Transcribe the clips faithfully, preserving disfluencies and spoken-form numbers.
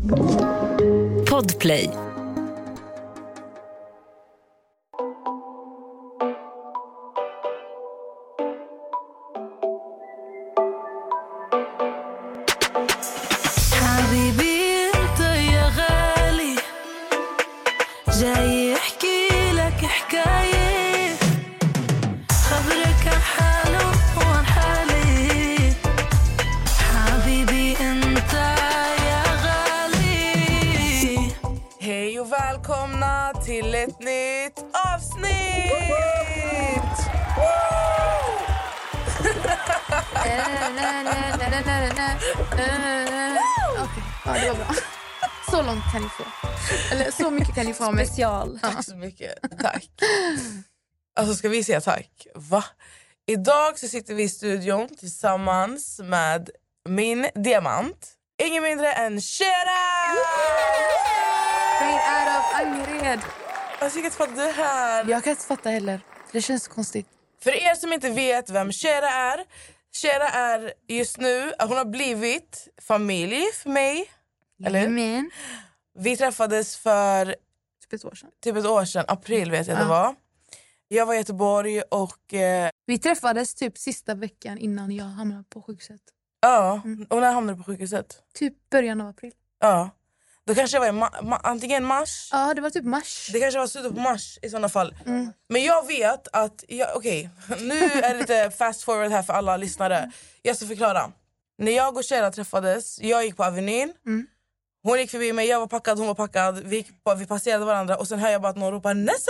Podplay. Till ett nytt avsnitt! Okej, ja, det var bra. Så långt kan ni få. Eller så mycket kan ni få med. Special. Tack så mycket. Tack. Alltså ska vi säga tack? Va? Idag så sitter vi i studion tillsammans med min diamant. Ingen mindre än Shera! Hej, är av Angered. Alltså, jag kan inte fatta det här. Jag kan inte fatta heller. Det känns konstigt. För er som inte vet vem Shera är. Shera är just nu, hon har blivit familj för mig. Eller? Men. Vi träffades för Typ ett år sedan. Typ ett år sedan, april vet jag ja. det var. Jag var i Göteborg och... Eh... Vi träffades typ sista veckan innan jag hamnade på sjukhuset. Ja, mm. Och när hamnade du på sjukhuset? Typ början av april. Ja. Då kanske det var i ma- ma- antingen mars. Ja, det var typ mars. Det kanske var slutet på mars i sådana fall. Mm. Men jag vet att... Okej, okay, nu är det lite fast forward här för alla lyssnare. Jag ska förklara. När jag och Shera träffades, jag gick på Avenyn. Mm. Hon gick förbi mig, jag var packad, hon var packad. Vi, gick på, vi passerade varandra och sen hör jag bara att någon ropar Nessa!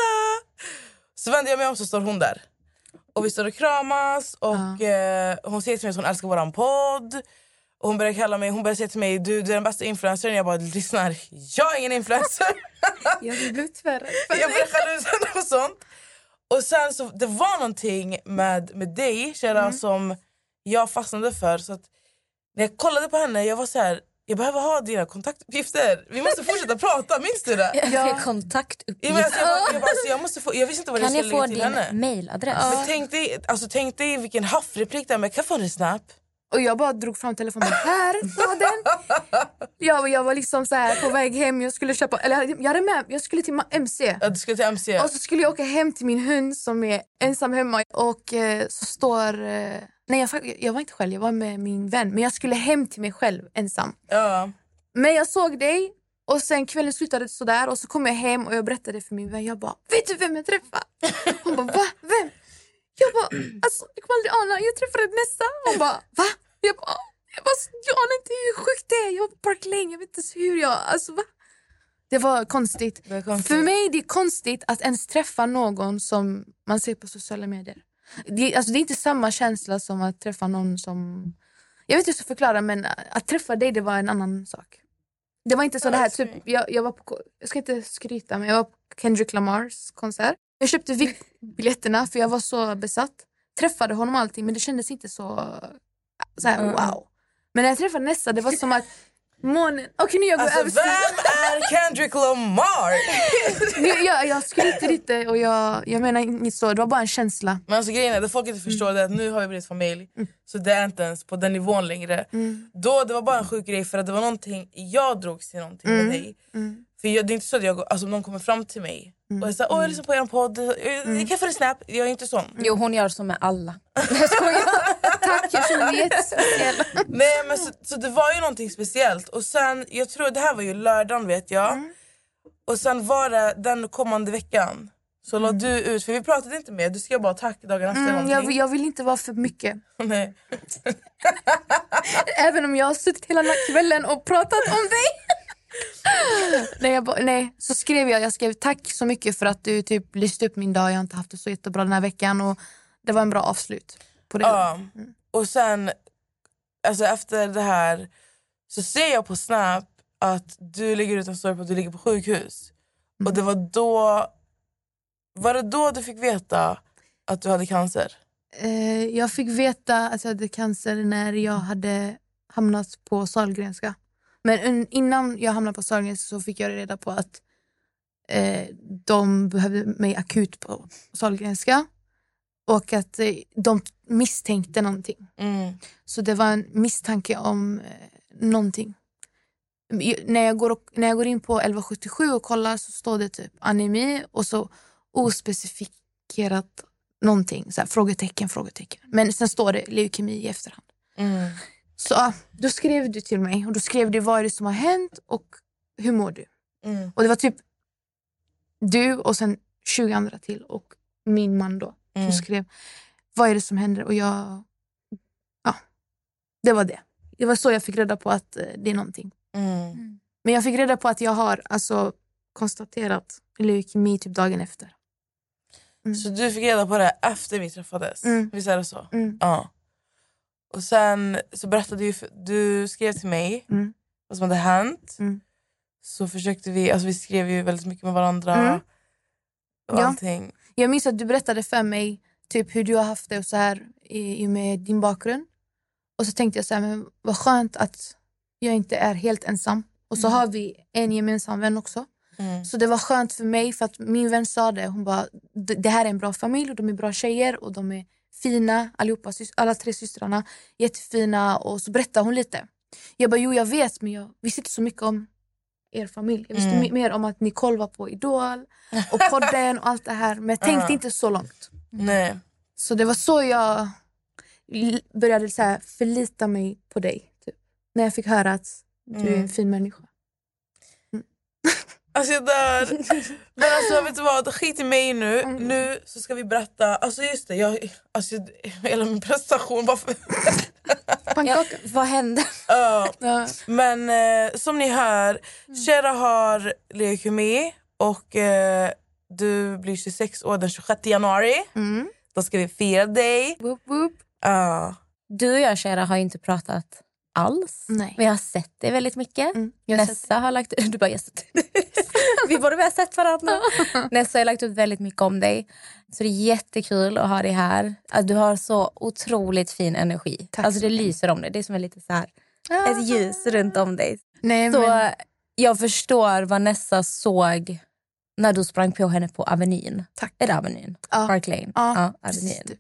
Så vänder jag mig om så står hon där. Och vi står och kramas och ja. eh, hon säger till mig att hon älskar våran podd. Och hon börjar kalla mig, hon börjar säga till mig, du, du är den bästa influencern. Jag bara, lyssnar, jag är ingen influencer. Jag blir tvärre. Jag börjar skälla ut henne och sånt. Och sen så, det var någonting med, med dig, Shera, mm. som jag fastnade för. Så att när jag kollade på henne, jag var så här, jag behöver ha dina kontaktuppgifter. Vi måste fortsätta prata, minns du det? Ja. Kontaktuppgifter. Jag, jag, jag, jag, alltså, jag, måste få, jag visste inte vad kan jag skulle lägga till henne. Kan jag få din mailadress? Ja. Men tänk dig, alltså, tänk dig vilken haffreplik där med, kan jag få en snap? Och jag bara drog fram telefonen. Här var den. Jag, jag var liksom så här på väg hem. Jag skulle köpa, eller jag hade med, jag skulle till M C. Ja, du skulle till M C. Och så skulle jag åka hem till min hund som är ensam hemma. Och eh, så står... Eh, nej, jag, jag var inte själv. Jag var med min vän. Men jag skulle hem till mig själv ensam. Ja. Men jag såg dig. Och sen kvällen slutade så där. Och så kom jag hem och jag berättade för min vän. Jag bara, vet du vem jag träffade? Hon bara, va? Vem? Jag bara, alltså jag kommer aldrig ana. Jag träffade Nessa. Hon bara, va? Jag bara, jag bara, jag anar inte hur sjukt det är. Jag var på Park Lane, jag vet inte hur jag, alltså va? Det var konstigt. Det var konstigt. För mig det är konstigt att ens träffa någon som man ser på sociala medier. Det, alltså, det är inte samma känsla som att träffa någon som... Jag vet inte hur jag ska förklara, men att träffa dig, det var en annan sak. Det var inte så ja, det här, typ, jag, jag var på, jag ska inte skryta, men jag var på Kendrick Lamars konsert. Jag köpte V I P-biljetterna för jag var så besatt. Träffade honom alltid, men det kändes inte så... Så här, wow. Men när jag träffade Nessa, det var som att månen... Okej, nu jag går alltså, över... vem är Kendrick Lamar? nu, jag, jag skryter lite och jag, jag menar inte så. Det var bara en känsla. Men alltså grejen är, det folk inte förstår mm. det att nu har vi blivit familj. Mm. Så det är inte ens på den nivån längre. Mm. Då, det var bara en sjuk grej för att det var någonting... Jag drogs till någonting mm. med dig. Mm. För jag, det är inte så att jag, alltså, någon kommer fram till mig. Mm. Och jag säger, åh jag lyssnar på er podd. Mm. Jag kan få en snap. Jag är inte sån. Mm. Jo, hon gör som med alla. Jag skojar. Tack, jag känner mig jättespeciell. Nej, men så, så det var ju någonting speciellt. Och sen, jag tror det här var ju lördagen vet jag. Mm. Och sen var det den kommande veckan. Så mm. la du ut, för vi pratade inte mer. Du skrev bara tack dagen efter mm, jag, jag vill inte vara för mycket. Nej. Även om jag har suttit hela kvällen och pratat om dig. nej, jag ba, nej, så skrev jag, jag skrev tack så mycket för att du typ lyste upp min dag. Jag har inte haft det så jättebra den här veckan och det var en bra avslut på det. Ja, mm. Och sen alltså efter det här så ser jag på Snap att du ligger ut en story på att du ligger på sjukhus. Mm. Och det var då var det då du fick veta att du hade cancer? Eh, jag fick veta att jag hade cancer när jag hade hamnat på Sahlgrenska. Men innan jag hamnade på Sahlgrenska så fick jag reda på att eh, de behövde mig akut på Sahlgrenska. Och att eh, de misstänkte någonting. Mm. Så det var en misstanke om eh, någonting. när, jag går och, när jag går in på elva sjuttiosju och kollar så står det typ anemi och så ospecifikerat någonting. Så här, frågetecken, frågetecken. Men sen står det leukemi i efterhand. Mm. Så ja, då skrev du till mig och då skrev du vad är det som har hänt och hur mår du? Mm. Och det var typ du och sen tjugo andra till och min man då Mm. som skrev vad är det som händer och jag ja, det var det. Det var så jag fick reda på att eh, det är någonting. Mm. Men jag fick reda på att jag har alltså konstaterat leukemi typ dagen efter. Mm. Så du fick reda på det efter vi träffades? Mm. Visst är det så? Mm. Ja. Och sen så berättade du, du skrev till mig Mm. vad som hade hänt. Mm. Så försökte vi, alltså vi skrev ju väldigt mycket med varandra. Mm. Och Ja. allting. Jag minns att du berättade för mig typ hur du har haft det och så här i, i med din bakgrund. Och så tänkte jag så här, men vad skönt att jag inte är helt ensam. Och så Mm. har vi en gemensam vän också. Mm. Så det var skönt för mig för att min vän sa det. Hon bara, det det här är en bra familj och de är bra tjejer och de är fina allihopa, sys- alla tre systrarna. Jättefina och så berättade hon lite. Jag bara, jo jag vet men jag visste inte så mycket om er familj. Jag visste Mm. my- mer om att Nicole var på Idol och podden och allt det här. Men jag tänkte Ja. inte så långt. Nej. Så det var så jag l- började så här förlita mig på dig. Typ. När jag fick höra att du är en Mm. fin människa. Alltså jag dör. Men alltså vet du vad, skit i mig nu. Mm. Nu så ska vi berätta. Alltså just det, jag, alltså, hela min prestation var för... Pannkaka. Vad hände? Ja. Ja. Men eh, som ni hör, Shera har leukemi och eh, du blir tjugosex år den tjugosjätte januari. Mm. Då ska vi fira dig. Woop, woop. Ja. Du och jag, Shera, har ju inte pratat alls. Nej. Vi har sett det väldigt mycket. Mm. Jag har sett Nessa har lagt du bara gästat. Vi borde ha sett varandra. Nessa har lagt ut väldigt mycket om dig. Så det är jättekul att ha dig här. Att du har så otroligt fin energi. Tack alltså så det mycket. lyser om dig. Det är som är lite så här Ah. ett ljus runt om dig. Nej, Så men, jag förstår vad Nessa såg när du sprang på henne på Avenyn. tack. Är det Avenyn? Ja. Park Lane? Ja, Avenyn. precis, typ.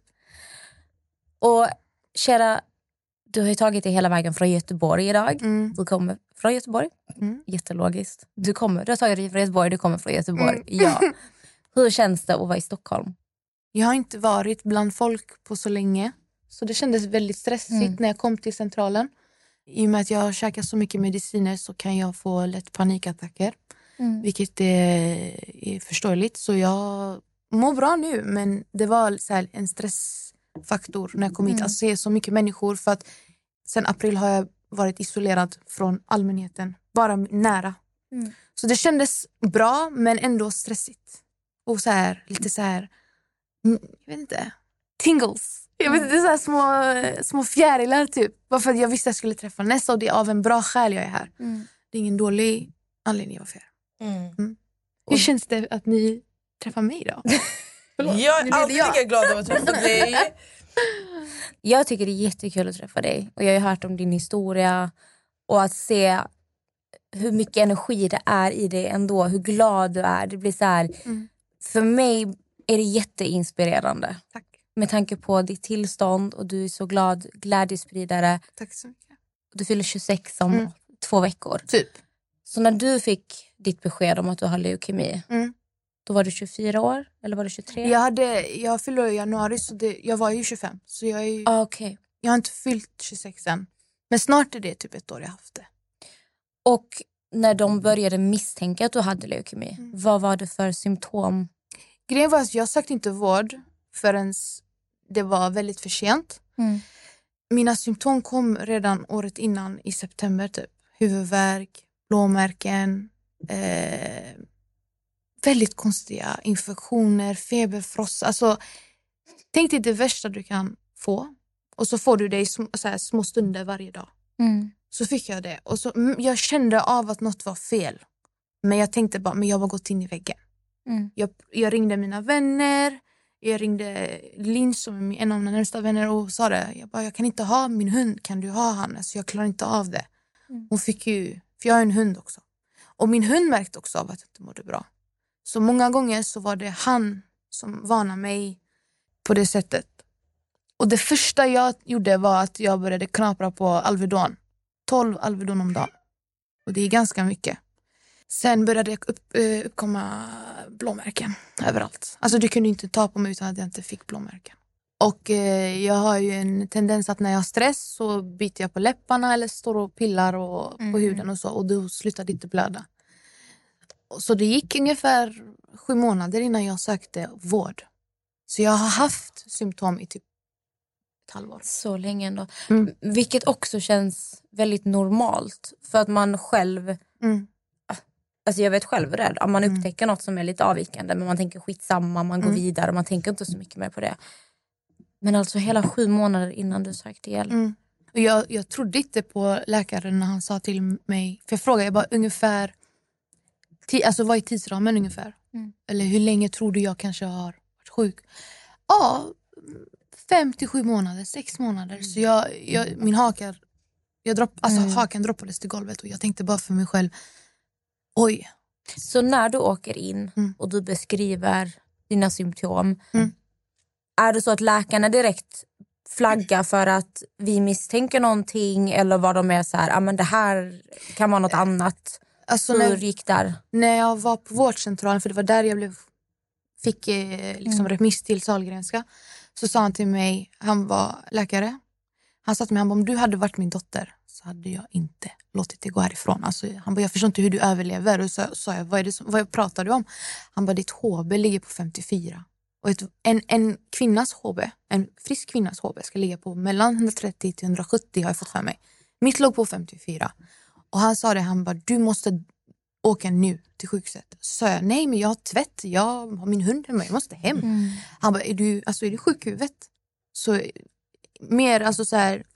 Och Shera, du har ju tagit dig hela vägen från Göteborg idag. Mm. Du kommer från Göteborg. Mm. Jättelogiskt. Du, kommer, du har tagit dig från Göteborg, du kommer från Göteborg. Mm. Ja. Hur känns det att vara i Stockholm? Jag har inte varit bland folk på så länge. Så det kändes väldigt stressigt Mm. när jag kom till centralen. I och med att jag har käkat så mycket mediciner så kan jag få lätt panikattacker. Mm. Vilket är, är förståeligt. Så jag mår bra nu. Men det var så här en stressfaktor när jag kom hit. Mm. Att se så mycket människor. För att sen april har jag varit isolerad från allmänheten. Bara nära. Mm. Så det kändes bra men ändå stressigt. Och så här, lite så här, mm, jag vet inte, tingles. Jag vet inte, så här små, små fjärilar typ. Bara för att jag visste att jag skulle träffa Nessa och det är av en bra skäl jag är här. Mm. Det är ingen dålig anledning varför jag är här. Mm. Hur känns det att ni träffar mig då? Förlåt, Jag nu är blev alltid det jag. lika glad över att träffa dig. Jag tycker det är jättekul att träffa dig. Och jag har ju hört om din historia. Och att se hur mycket energi det är i dig ändå. Hur glad du är. Det blir så här, Mm. för mig är det jätteinspirerande. Tack. Med tanke på ditt tillstånd. Och du är så glad, glädjespridare. Tack så mycket. Du fyller tjugosex om Mm. två veckor. Typ. Så när du fick ditt besked om att du har leukemi. Mm. Då var du tjugofyra år? Eller var du tjugotre? Jag, hade, jag fyllde i januari så det, jag var ju tjugofem. Så jag, är, ju- Ah, okej. jag har inte fyllt tjugosex än. Men snart är det typ ett år jag haft det. Och när de började misstänka att du hade leukemi, Mm. vad var det för symptom? Grejen var att jag sökte inte vård förrän det var väldigt för sent. Mm. Mina symptom kom redan året innan i september typ. Huvudvärk, blåmärken, eh, väldigt konstiga infektioner, feberfrost. Alltså, tänk dig det värsta du kan få. Och så får du det i sm- så här, små stunder varje dag. Mm. Så fick jag det. Och så, mm, jag kände av att något var fel. Men jag tänkte bara, men jag har gått in i väggen. Mm. Jag, jag ringde mina vänner. Jag ringde Linn som är min- en av mina närmsta vänner och sa det. Jag bara, jag kan inte ha min hund. Kan du ha han? Alltså, jag klarar inte av det. Mm. Hon fick ju, för jag har en hund också. Och min hund märkte också av att jag inte mådde bra. Så många gånger så var det han som varnade mig på det sättet. Och det första jag gjorde var att jag började knapra på Alvedon. tolv Alvedon om dagen. Och det är ganska mycket. Sen började det upp, uh, uppkomma blåmärken överallt. Alltså du kunde inte ta på mig utan att jag inte fick blåmärken. Och eh, jag har ju en tendens att när jag har stress så biter jag på läpparna eller står och pillar och, Mm. på huden och så. Och då slutar det inte blöda. Och så det gick ungefär sju månader innan jag sökte vård. Så jag har haft symptom i typ ett halvår. Så länge ändå. Mm. Vilket också känns väldigt normalt. För att man själv... Mm. Alltså jag vet själv det. Om man Mm. upptäcker något som är lite avvikande. Men man tänker skitsamma, man går Mm. vidare. Man tänker inte så mycket mer på det. Men alltså hela sju månader innan du sökte hjälp. Mm. Och jag, jag trodde inte på läkaren när han sa till mig. För jag frågade jag bara ungefär. Ti, alltså vad är tidsramen ungefär? Mm. Eller hur länge tror du jag kanske har varit sjuk? Ja, fem till sju månader, sex månader. Så jag, jag, min hakar, jag dropp, alltså Mm. hakan droppades till golvet. Och jag tänkte bara för mig själv. Oj. Så när du åker in Mm. och du beskriver dina symptom. Mm. Är det så att läkarna direkt flaggar för att vi misstänker någonting? Eller var de mer så här, ah, men det här kan vara något annat? Alltså Hur när, gick där? när jag var på vårdcentralen, för det var där jag blev, fick eh, liksom Mm. remiss till Sahlgrenska. Så sa han till mig, han var läkare. Han sa till mig, han bara, om du hade varit min dotter så hade jag inte låtit dig gå härifrån. Alltså, han bara, jag förstår inte hur du överlever. Och så sa jag, vad, är det som, vad pratar du om? Han bara, ditt H B ligger på femtiofyra. Och ett, en, en kvinnas H B, en frisk kvinnas H B ska ligga på mellan hundratrettio till hundrasjuttio har jag fått för mig. Mitt låg på femtiofyra. Och han sa det, han bara, du måste åka nu till sjukhuset. Så sa jag, nej men jag har tvätt, jag har min hund hemma, jag måste hem. Mm. Han bara, är du, alltså, är du sjuk i huvudet? Så mer, alltså så här,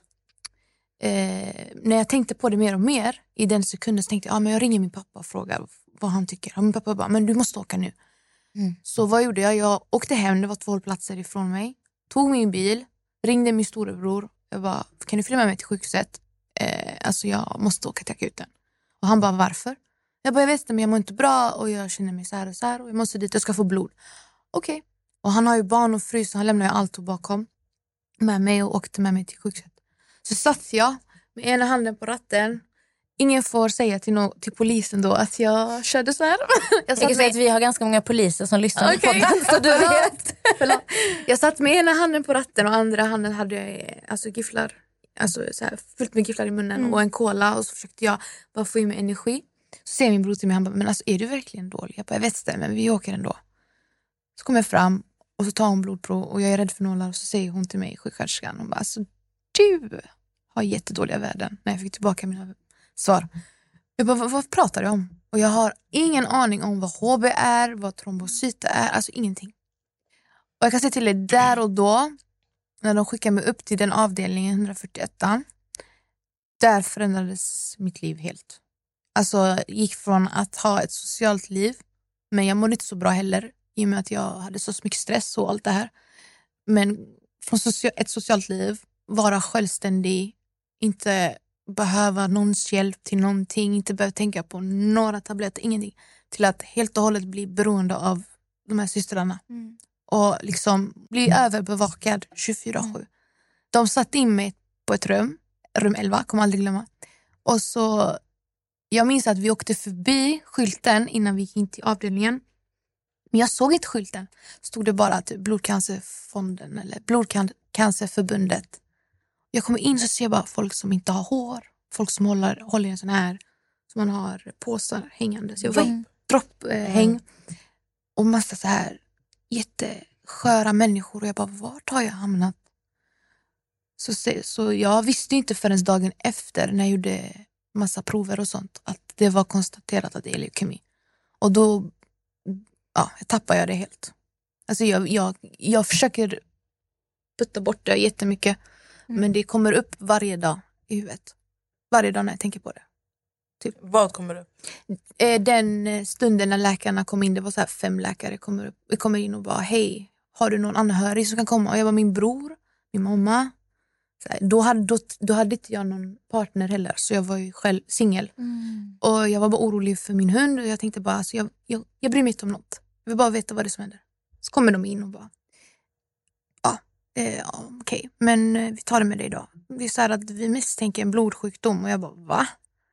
eh, när jag tänkte på det mer och mer i den sekunden så tänkte jag, ja men jag ringer min pappa och frågar vad han tycker. Och min pappa bara, men du måste åka nu. Mm. Så vad gjorde jag? Jag åkte hem, det var två platser ifrån mig. Tog min bil, ringde min storebror. Jag bara, kan du följa med mig till sjukhuset? Eh, alltså jag måste åka till akuten. Och han bara, varför? Jag bara, jag vet inte men jag mår inte bra och jag känner mig så här och så här. Och jag måste dit, jag ska få blod. Okej. Okay. Och han har ju barn och fru så han lämnade allt bakom med mig och åkte med mig till sjukhuset. Så satt jag med ena handen på ratten. Ingen får säga till, no- till polisen då att jag körde så här. Jag, Jag kan med... säga att vi har ganska många poliser som lyssnar okay. på podden, så du vet. Förlåt. Jag satt med ena handen på ratten och andra handen hade jag alltså gifflar, alltså så här, fullt med gifflar i munnen mm. och en cola och så försökte jag bara få i mig energi. Så säger min bror till mig, han bara, men alltså är du verkligen dålig? Jag bara, jag vet det, men vi åker ändå. Så kommer jag fram och så tar hon blodprov och jag är rädd för nålar och så säger hon till mig, sjuksköterskan, hon bara, alltså du har jättedåliga värden när jag fick tillbaka mina svar. Jag bara, vad, vad pratar du om? Och jag har ingen aning om vad H B är, vad trombocyt är, alltså ingenting. Och jag kan säga till dig, där och då, när de skickade mig upp till den avdelningen, hundrafyrtioett, där förändrades mitt liv helt. Alltså gick från att ha ett socialt liv, men jag mådde inte så bra heller, i och med att jag hade så mycket stress och allt det här. Men från socia- ett socialt liv, vara självständig, inte behöva någons hjälp till någonting, inte behöva tänka på några tabletter, ingenting, till att helt och hållet bli beroende av de här systrarna. Mm. Och liksom bli överbevakad tjugofyra sju. Mm. De satt in mig på ett rum, rum elva, kommer aldrig glömma. Och så, jag minns att vi åkte förbi skylten innan vi gick in till avdelningen. Men jag såg inte skylten. Stod det bara att Blodcancerfonden eller Blodcancerförbundet. Jag kommer in så ser jag bara folk som inte har hår. Folk som håller, håller en sån här, som man har påsar hängande. Så jag var mm. dropphäng. Mm. Och massa så här jättesköra människor. Och jag bara, vart har jag hamnat? Så, så jag visste inte förrän dagen efter när jag gjorde massa prover och sånt. Att det var konstaterat att det är leukemi. Och då ja, tappade jag det helt. Alltså jag, jag, jag försöker putta bort det jättemycket. Mm. Men det kommer upp varje dag i huvudet. Varje dag när jag tänker på det. Typ. Vad kommer upp? Den stunden när läkarna kom in, det var så här fem läkare kommer, upp, kommer in och bara, hej, har du någon anhörig som kan komma? Och jag var min bror, min mamma. Så här, då, hade, då, då hade inte jag någon partner heller, så jag var ju själv singel. Mm. Och jag var bara orolig för min hund och jag tänkte bara, alltså, jag, jag, jag bryr mig inte om något. Jag vill bara veta vad det är som händer. Så kommer de in och bara, ja, eh, ja okej, okay. men vi tar det med dig idag. Vi sa att vi misstänker en blodsjukdom och jag bara, va?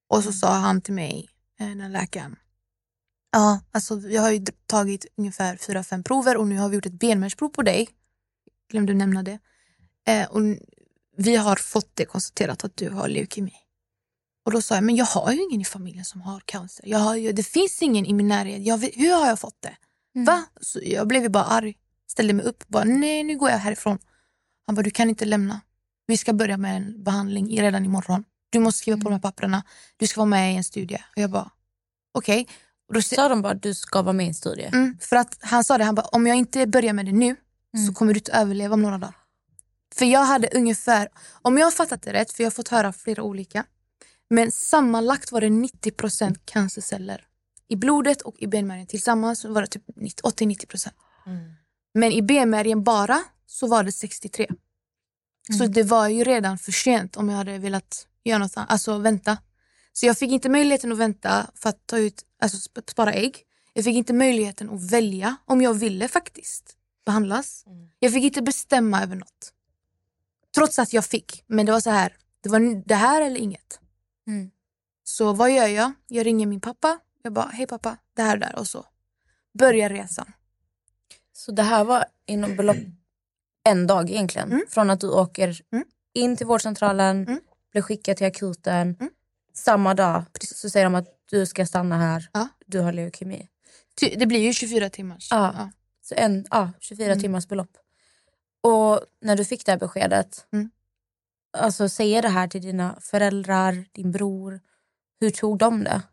Och så sa han till mig, den här läkaren. Ja, alltså jag har ju tagit ungefär fyra, fem prover och nu har vi gjort ett benmärgsprov på dig. Glömde nämna det. Eh, och vi har fått det konstaterat att du har leukemi. Och då sa jag, men jag har ju ingen i familjen som har cancer. Jag har ju, det finns ingen i min närhet. Jag vet, hur har jag fått det? Mm. Va? Så jag blev ju bara arg. Ställde mig upp och bara, nej nu går jag härifrån. Han bara, du kan inte lämna. Vi ska börja med en behandling redan imorgon. Du måste skriva mm. på de här papperna. Du ska vara med i en studie. Och jag bara, okej. Okay. Då sa de bara att du ska vara med i en studie? Mm, för att han sa det, han bara, om jag inte börjar med det nu mm. så kommer du inte överleva om några dagar. För jag hade ungefär, om jag har fattat det rätt, för jag har fått höra flera olika, men sammanlagt var det nittio procent cancerceller i blodet och i benmärgen. Tillsammans var det typ åttio till nittio procent. Mm. Men i benmärgen bara så var det sextiotre. Mm. Så det var ju redan för sent om jag hade velat göra något annat, alltså vänta. Så jag fick inte möjligheten att vänta för att ta ut, alltså spara ägg. Jag fick inte möjligheten att välja om jag ville faktiskt behandlas. Mm. Jag fick inte bestämma över något. Trots att jag fick. Men det var så här, det var det här eller inget. Mm. Så vad gör jag? Jag ringer min pappa. Jag bara, hej pappa, det här och där. Och så börjar resan. Så det här var inom belopp en dag egentligen? Mm. Från att du åker mm. in till vårdcentralen, mm. blir skickad till akuten. Mm. Samma dag så säger de att du ska stanna här. Ja. Du har leukemi. Det blir ju tjugofyra timmars. Ja, ja. Så en, ja, tjugofyra mm. timmars belopp. Och när du fick det här beskedet, mm. alltså säger det här till dina föräldrar, din bror, hur tog de det?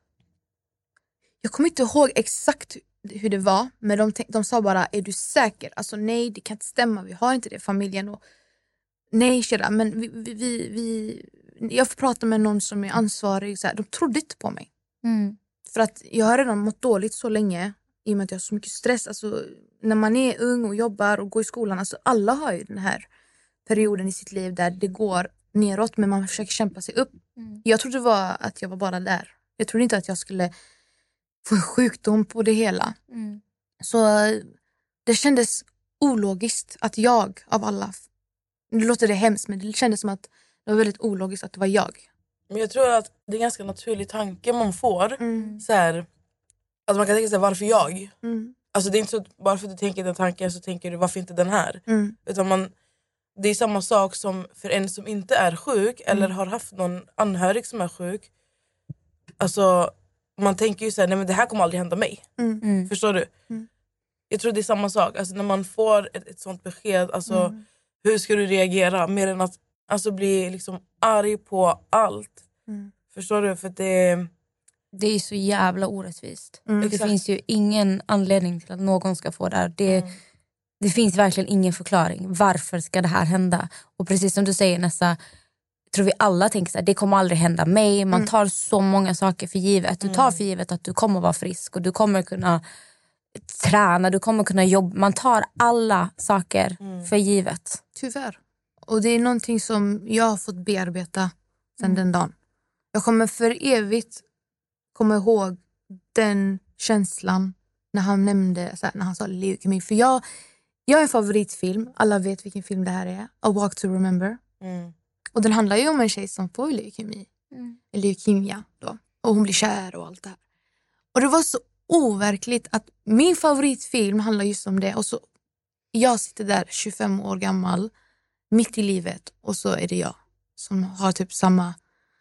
Jag kommer inte ihåg exakt hur det var, men de, de sa bara, är du säker? Alltså nej, det kan inte stämma, vi har inte det i familjen. Och, nej, kära, men vi, vi, vi, vi jag får prata med någon som är ansvarig. Så här, de trodde inte på mig. Mm. För att jag har redan mått dåligt så länge. I och med att jag har så mycket stress. Alltså, när man är ung och jobbar och går i skolan. Alltså, alla har ju den här perioden i sitt liv där det går neråt. Men man försöker kämpa sig upp. Mm. Jag trodde det var att jag var bara där. Jag trodde inte att jag skulle få en sjukdom på det hela. Mm. Så det kändes ologiskt att jag av alla... Nu låter det hemskt, men det kändes som att det var väldigt ologiskt att det var jag. Men jag tror att det är en ganska naturlig tanke man får. Mm. Så här, alltså man kan tänka sig, varför jag? Mm. Alltså det är inte så att bara för att du tänker den tanken så tänker du, varför inte den här? Mm. Utan man, det är samma sak som för en som inte är sjuk mm. eller har haft någon anhörig som är sjuk. Alltså man tänker ju så här, nej men det här kommer aldrig hända mig. Mm. Mm. Förstår du? Mm. Jag tror det är samma sak. Alltså när man får ett, ett sånt besked, alltså mm. hur ska du reagera? Mer än att alltså bli liksom arg på allt. Mm. Förstår du? För det... det är så jävla orättvist. Mm. Det finns ju ingen anledning till att någon ska få det här. Det, mm. det finns verkligen ingen förklaring. Varför ska det här hända? Och precis som du säger, Nessa, tror vi alla tänker så här, det kommer aldrig hända mig. Man tar mm. så många saker för givet. Du tar för givet att du kommer vara frisk och du kommer kunna träna, du kommer kunna jobba. Man tar alla saker mm. för givet. Tyvärr. Och det är någonting som jag har fått bearbeta sedan mm. den dagen. Jag kommer för evigt komma ihåg den känslan när han nämnde, så här, när han sa leukemi. För jag, jag har en favoritfilm, alla vet vilken film det här är. A Walk to Remember. Mm. Och den handlar ju om en tjej som får leukemi. Mm. Leukemia då. Och hon blir kär och allt det här. Och det var så overkligt att min favoritfilm handlar just om det. Och så jag sitter där tjugofem år gammal, mitt i livet, och så är det jag som har typ samma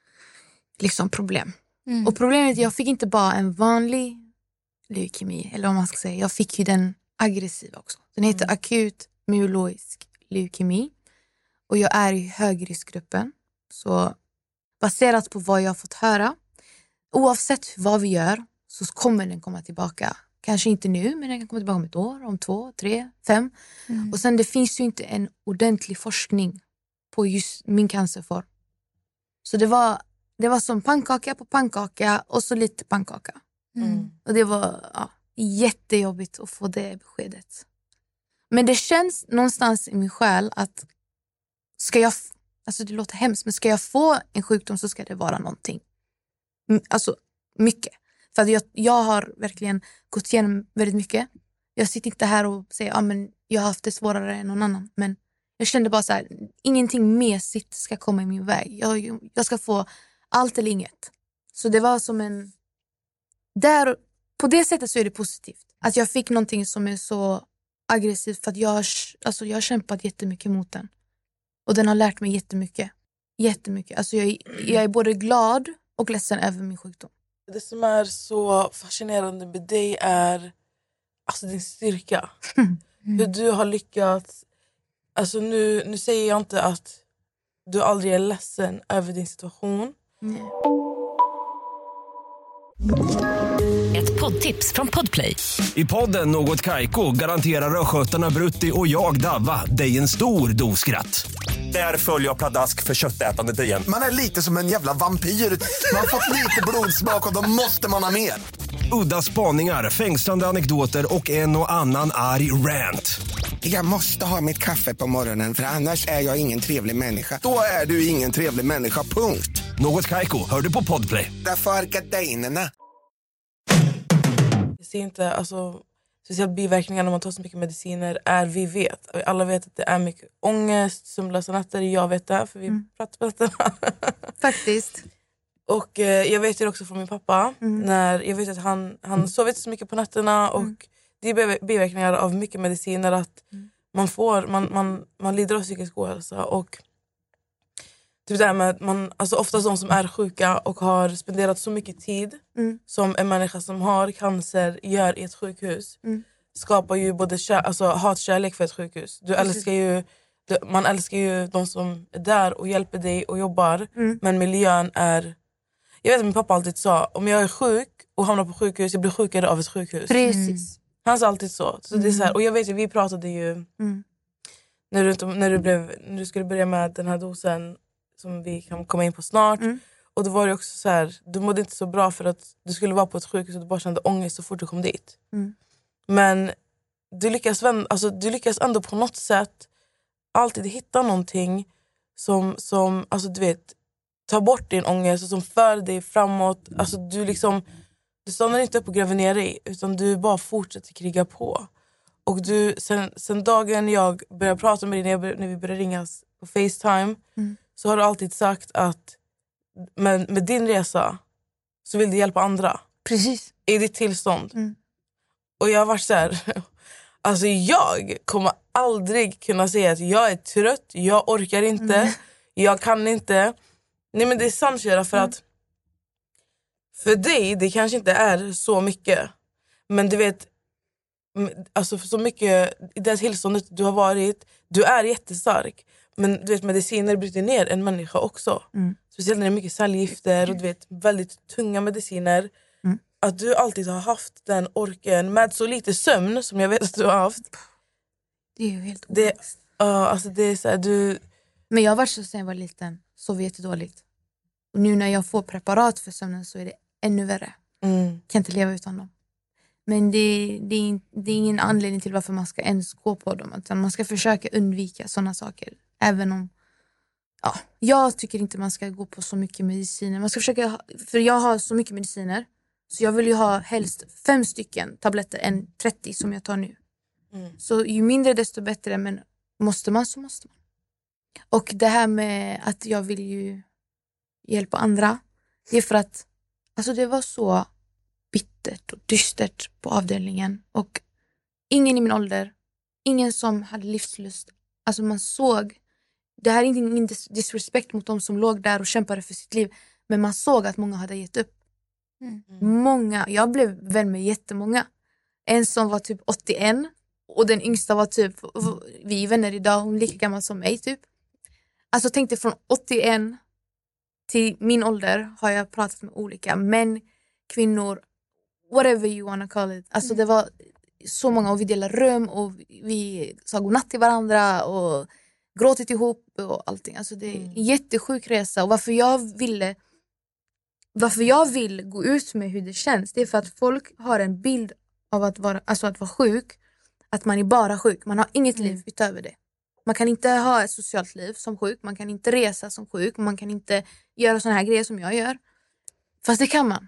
liksom problem. Mm. Och problemet är att jag fick inte bara en vanlig leukemi, eller vad man ska säga. Jag fick ju den aggressiva också. Den heter mm. akut myeloisk leukemi. Och jag är i högriskgruppen. Så baserat på vad jag har fått höra, oavsett vad vi gör, så kommer den komma tillbaka. Kanske inte nu, men den kan komma tillbaka om ett år, om två, tre, fem. Mm. Och sen det finns ju inte en ordentlig forskning på just min cancerform. Så det var, det var som pannkaka på pannkaka och så lite pannkaka. Mm. Och det var ja, jättejobbigt att få det beskedet. Men det känns någonstans i min själ att ska jag, alltså det låter hemskt, men ska jag få en sjukdom så ska det vara någonting. Alltså mycket. För att jag, jag har verkligen gått igenom väldigt mycket. Jag sitter inte här och säger att ah, men jag har haft det svårare än någon annan. Men jag kände bara så här, ingenting mesigt ska komma i min väg. Jag, jag ska få allt eller inget. Så det var som en... Där, på det sättet så är det positivt. Att jag fick någonting som är så aggressivt för att jag, alltså jag har kämpat jättemycket mot den. Och den har lärt mig jättemycket. Jättemycket. Alltså jag, jag är både glad och ledsen över min sjukdom. Det som är så fascinerande med dig är alltså din styrka. Mm. Hur du har lyckats. Alltså nu, nu säger jag inte att du aldrig är ledsen över din situation. Mm. Ett poddtips från Podplay. I podden Något Kaiko garanterar röskötarna Brutti och jag Davva dig en stor doskratt. Där följer jag pladask för köttätandet igen. Man är lite som en jävla vampyr. Man har fått lite blodsmak och då måste man ha mer. Udda spaningar, fängslande anekdoter och en och annan arg rant. Jag måste ha mitt kaffe på morgonen för annars är jag ingen trevlig människa. Då är du ingen trevlig människa, punkt. Något Kaiko, hör du på Podplay. Därför är gardinerna. Jag ser inte, alltså, speciellt biverkningar när man tar så mycket mediciner är vi vet. Alla vet att det är mycket ångest, sömnlösa nätter. Jag vet det, för vi mm. pratar på nätterna. Faktiskt. Och eh, jag vet det också från min pappa. Mm. När jag vet att han, han sover inte så mycket på nätterna. Och mm. det är biverkningar av mycket mediciner. Att mm. man får, man, man, man lider av psykisk ohälsa. Och typ det här med att man, alltså oftast de som är sjuka och har spenderat så mycket tid mm. som en människa som har cancer gör i ett sjukhus mm. skapar ju både kär, alltså hatkärlek för ett sjukhus. Du älskar ju, du, man älskar ju de som är där och hjälper dig och jobbar. Mm. Men miljön är... Jag vet att min pappa alltid sa, om jag är sjuk och hamnar på sjukhus, jag blir sjukare av ett sjukhus. Precis. Mm. Han sa alltid så. så, det är så här, och jag vet ju, vi pratade ju mm. när, du, när, du blev, när du skulle börja med den här dosen som vi kan komma in på snart. Mm. Och då var det också så här, du mådde inte så bra för att du skulle vara på ett sjukhus och du bara kände ångest så fort du kom dit. Mm. Men du lyckas, alltså, du lyckas ändå på något sätt alltid hitta någonting som, som alltså, du vet, tar bort din ångest och som för dig framåt. Alltså, du liksom, du stannar inte upp och gräver ner dig, utan du bara fortsätter kriga på. Och du, sen, sen dagen jag började prata med dig, när, jag, när vi började ringas på FaceTime, mm. så har du alltid sagt att med, med din resa så vill du hjälpa andra. Precis. I ditt tillstånd. Mm. Och jag har varit så här, alltså jag kommer aldrig kunna säga att jag är trött, jag orkar inte, mm. jag kan inte. Nej, men det är sant, Kira, för mm. att för dig det kanske inte är så mycket, men du vet, alltså för så mycket i det tillståndet du har varit, du är jättestark, men du vet, mediciner bryter ner en människa också. Mm. Speciellt när det är mycket cellgifter och du vet, väldigt tunga mediciner. Mm. Att du alltid har haft den orken med så lite sömn som jag vet att du har haft. Det är ju helt det, uh, alltså det är så här, du... Men jag har varit så sen jag var liten, sov jättedåligt. Och nu när jag får preparat för sömnen så är det ännu värre. Mm. Kan inte leva utan dem. Men det, det, det är ingen anledning till varför man ska ens gå på dem. Utan man ska försöka undvika sådana saker. Även om... Ja, jag tycker inte man ska gå på så mycket mediciner. Man ska försöka... För jag har så mycket mediciner. Så jag vill ju ha helst fem stycken tabletter än trettio som jag tar nu. Mm. Så ju mindre desto bättre. Men måste man så måste man. Och det här med att jag vill ju hjälpa andra. Det är för att alltså det var så bittert och dystert på avdelningen. Och ingen i min ålder, ingen som hade livslust. Alltså man såg, det här är inte ingen disrespect mot de som låg där och kämpade för sitt liv. Men man såg att många hade gett upp. Mm. Många, jag blev vän med jättemånga. En som var typ åttioen och den yngsta var typ, vi är vänner idag, hon är lika gammal som mig typ. Alltså tänkte från åttioen till min ålder har jag pratat med olika män, kvinnor, whatever you wanna call it. Alltså mm. det var så många och vi delade rum och vi sa godnatt till varandra och gråtit ihop och allting. Alltså det är en mm. jättesjuk resa. Och varför jag ville varför jag vill gå ut med hur det känns, det är för att folk har en bild av att vara, alltså att vara sjuk, att man är bara sjuk. Man har inget mm. liv utöver det. Man kan inte ha ett socialt liv som sjuk. Man kan inte resa som sjuk. Man kan inte göra såna här grejer som jag gör. Fast det kan man.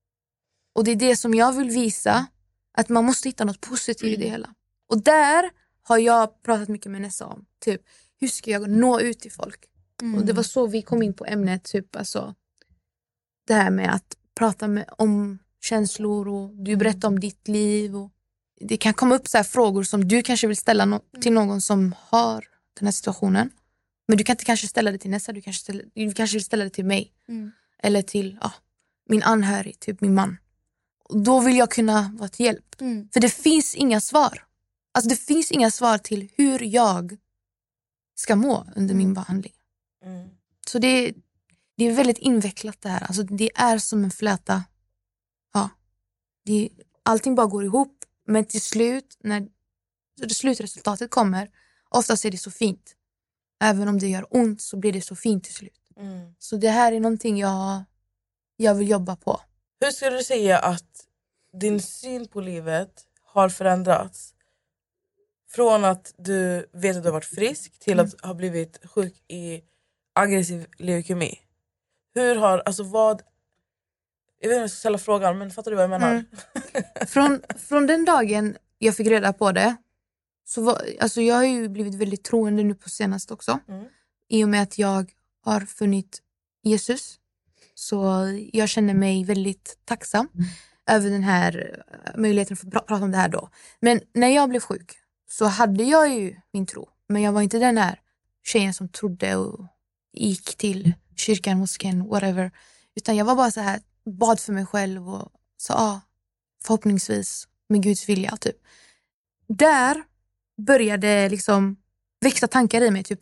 Och det är det som jag vill visa. Att man måste hitta något positivt mm. i det hela. Och där har jag pratat mycket med Nessa om. Typ, hur ska jag nå ut till folk? Mm. Och det var så vi kom in på ämnet. Typ, alltså, det här med att prata med, om känslor och du berättar om ditt liv. Och det kan komma upp så här frågor som du kanske vill ställa no- till någon som har den här situationen. Men du kan inte kanske ställa det till Nessa, du kanske, ställa, du kanske vill ställa det till mig. Mm. Eller till ja, min anhörig, typ min man. Och då vill jag kunna vara till hjälp. Mm. För det finns inga svar. Alltså det finns inga svar till hur jag ska må under mm. min behandling. Mm. Så det, det är väldigt invecklat det här. Alltså det är som en fläta. Ja. Det, allting bara går ihop. Men till slut, när det slutresultatet kommer, oftast är det så fint. Även om det gör ont så blir det så fint till slut. Mm. Så det här är någonting jag, jag vill jobba på. Hur skulle du säga att din syn på livet har förändrats? Från att du vet att du har varit frisk till att ha blivit sjuk i aggressiv leukemi. Hur har, alltså vad... Jag vet inte om jag ska ställa frågan, men fattar du vad jag menar? Mm. Från, från den dagen jag fick reda på det, så var, alltså jag har ju blivit väldigt troende nu på senast också. Mm. I och med att jag har funnit Jesus. Så jag känner mig väldigt tacksam mm. över den här möjligheten att få pra- prata om det här då. Men när jag blev sjuk så hade jag ju min tro. Men jag var inte den här tjejen som trodde och gick till kyrkan, moskén, whatever. Utan jag var bara så här, bad för mig själv och sa ah, förhoppningsvis med Guds vilja typ. Där började liksom växa tankar i mig typ,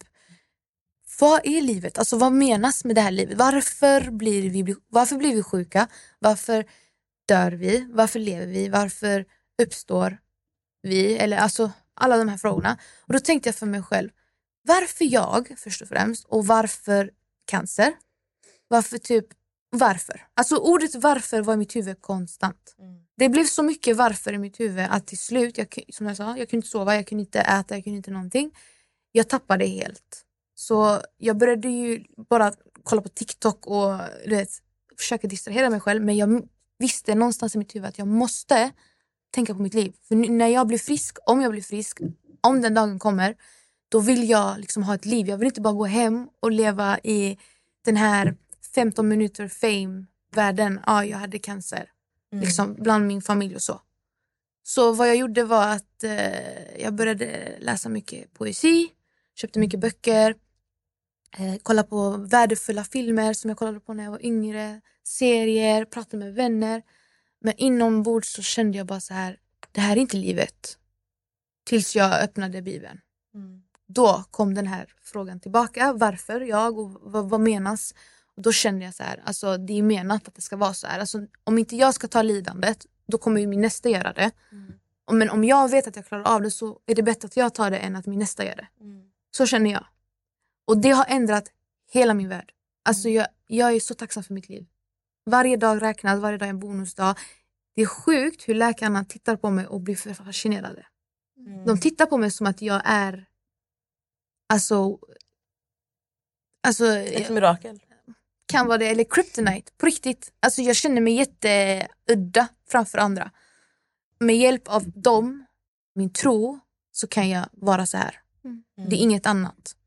vad är livet? Alltså vad menas med det här livet? Varför blir vi, varför blir vi sjuka? Varför dör vi? Varför lever vi? Varför uppstår vi? Eller alltså alla de här frågorna. Och då tänkte jag för mig själv, varför jag först och främst? Och varför cancer? Varför typ, varför? Alltså ordet varför var i mitt huvud konstant. Mm. Det blev så mycket varför i mitt huvud att till slut, jag, som jag sa, jag kunde inte sova, jag kunde inte äta, jag kunde inte någonting. Jag tappade helt. Så jag började ju bara kolla på TikTok och du vet, försöka distrahera mig själv. Men jag visste någonstans i mitt huvud att jag måste tänka på mitt liv. För när jag blir frisk, om jag blir frisk, om den dagen kommer, då vill jag liksom ha ett liv. Jag vill inte bara gå hem och leva i den här femton minuter fame-världen. Ja, jag hade cancer. Mm. Liksom bland min familj och så. Så vad jag gjorde var att eh, jag började läsa mycket poesi. Köpte mycket böcker. Eh, kollade på värdefulla filmer som jag kollade på när jag var yngre. Serier, pratade med vänner. Men inombords så kände jag bara så här, det här är inte livet. Tills jag öppnade Bibeln. Mm. Då kom den här frågan tillbaka. Varför jag och vad, vad menas? Och då kände jag så här, alltså det är menat att det ska vara så här. Alltså, om inte jag ska ta lidandet, då kommer ju min nästa göra det. Mm. Men om jag vet att jag klarar av det så är det bättre att jag tar det än att min nästa gör det. Mm. Så känner jag. Och det har ändrat hela min värld. Alltså jag, jag är så tacksam för mitt liv. Varje dag räknas, varje dag är en bonusdag. Det är sjukt hur läkarna tittar på mig och blir fascinerade. Mm. De tittar på mig som att jag är... Alltså... alltså ett mirakel. Kan vara det, eller kryptonite. På riktigt. Alltså jag känner mig jätteudda framför andra. Med hjälp av dem, min tro, så kan jag vara så här. Mm. Det är inget annat.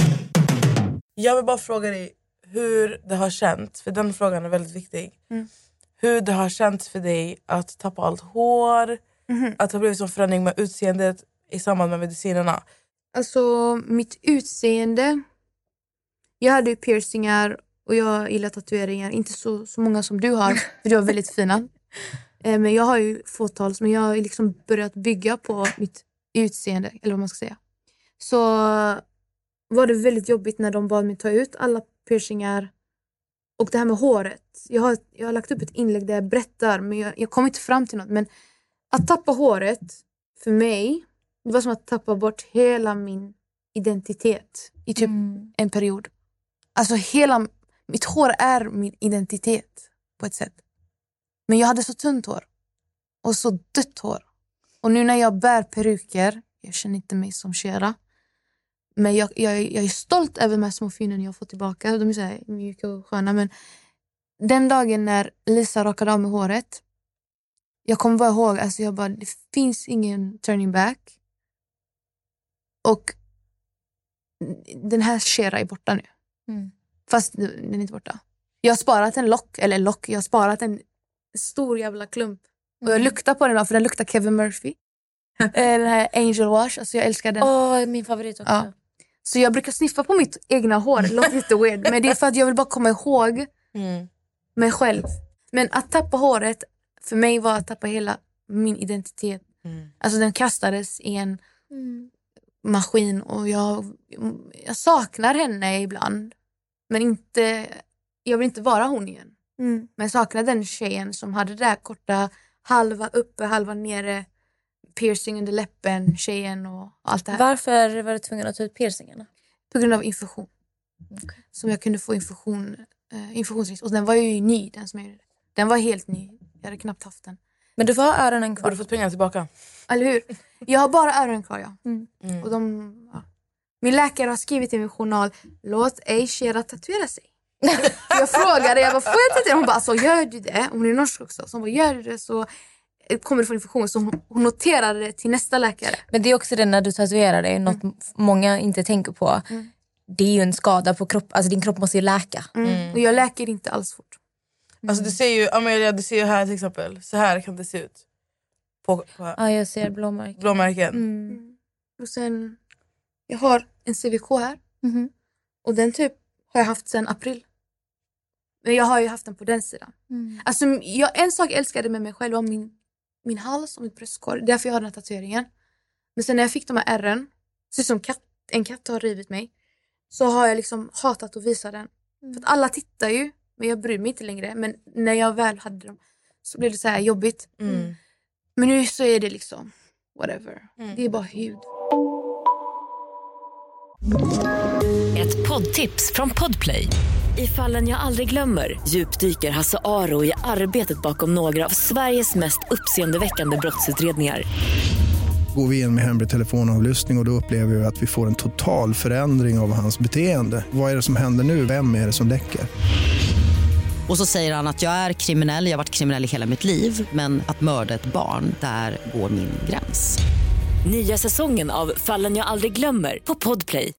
Jag vill bara fråga dig hur det har känts, för den frågan är väldigt viktig. Mm. Hur det har känts för dig att tappa allt hår, mm. att det har blivit som förändring med utseendet i samband med medicinerna. Alltså mitt utseende, jag hade ju piercingar och jag gillar tatueringar, inte så, så många som du har, för du har väldigt fina. Men jag har ju fåtals, men jag har liksom börjat bygga på mitt utseende, eller vad man ska säga. Så var det väldigt jobbigt när de bad mig ta ut alla piercingar. Och det här med håret. Jag har, jag har lagt upp ett inlägg där jag berättar, men jag, jag kom inte fram till något. Men att tappa håret, för mig, det var som att tappa bort hela min identitet i typ mm. en period. Alltså hela, mitt hår är min identitet på ett sätt. Men jag hade så tunt hår. Och så dött hår. Och nu när jag bär peruker, jag känner inte mig som Shera. Men jag, jag, jag är stolt över de här små fynen jag har fått tillbaka. De är så här mjuka och sköna. Men den dagen när Lisa rakade av med håret, jag kommer bara ihåg, alltså jag bara, det finns ingen turning back. Och den här Shera är borta nu. Mm. Fast den är inte borta. Jag har sparat en lock, eller lock, jag har sparat en stor jävla klump. Och jag luktar på den då, för den luktar Kevin Murphy. Den här Angel Wash, alltså jag älskar den. Åh, oh, min favorit också. Ja. Så jag brukar sniffa på mitt egna hår, det låter lite weird. Men det är för att jag vill bara komma ihåg mm. mig själv. Men att tappa håret, för mig var att tappa hela min identitet. Mm. Alltså den kastades i en mm. maskin och jag, jag saknar henne ibland. Men inte, jag vill inte vara hon igen. Mm. Men jag saknar den tjejen som hade det där korta, halva uppe, halva nere, piercing under läppen, tjejen och allt det här. Varför var du tvungen att ta ut piercingarna? På grund av infektion. Okay. Som jag kunde få infektion, äh, infektionsrisk. Och den var ju ny, den som jag gjorde. Den var helt ny. Jag hade knappt haft den. Men du var öronen kvar. Har du fått pengarna tillbaka? Eller hur? Jag har bara öronen kvar, ja. Mm. Mm. Och de, ja. Min läkare har skrivit i min journal, låt ej Shera tatuera sig. Jag frågade, jag bara, får jag tatuera? Hon bara, alltså gör du det? Hon är norsk också. Så hon bara, gör du det så kommer du få infektion. Så hon, hon noterade det till nästa läkare. Men det är också det när du tatuerar dig, något mm. många inte tänker på. Mm. Det är ju en skada på kroppen, alltså din kropp måste ju läka. Mm. Mm. Och jag läker inte alls fort. Mm. Alltså du ser ju, Amelia, du ser ju här till exempel. Så här kan det se ut. På, på ja, jag ser blåmärken. Blåmärken. Mm. Och sen, jag har en C V K här. Mm. Och den typ har jag haft sedan april. Men jag har ju haft den på den sidan. Mm. Alltså jag, en sak jag älskade med mig själv var min, min hals och mitt bröstkorg. Därför jag har den här tatueringen. Men sen när jag fick de här ärren, så som katt, en katt har rivit mig, så har jag liksom hatat att visa den. Mm. För att alla tittar ju, men jag bryr mig inte längre. Men när jag väl hade dem så blev det så här jobbigt. Mm. Men nu så är det liksom whatever. Mm. Det är bara hud. Ett poddtips från Podplay. I Fallen jag aldrig glömmer djupdyker Hasse Aro i arbetet bakom några av Sveriges mest uppseendeväckande brottsutredningar. Går vi in med hemlig telefonavlyssning och, och då upplever vi att vi får en total förändring av hans beteende. Vad är det som händer nu? Vem är det som läcker? Och så säger han att jag är kriminell, jag har varit kriminell i hela mitt liv. Men att mörda ett barn, där går min gräns. Nya säsongen av Fallen jag aldrig glömmer på Podplay.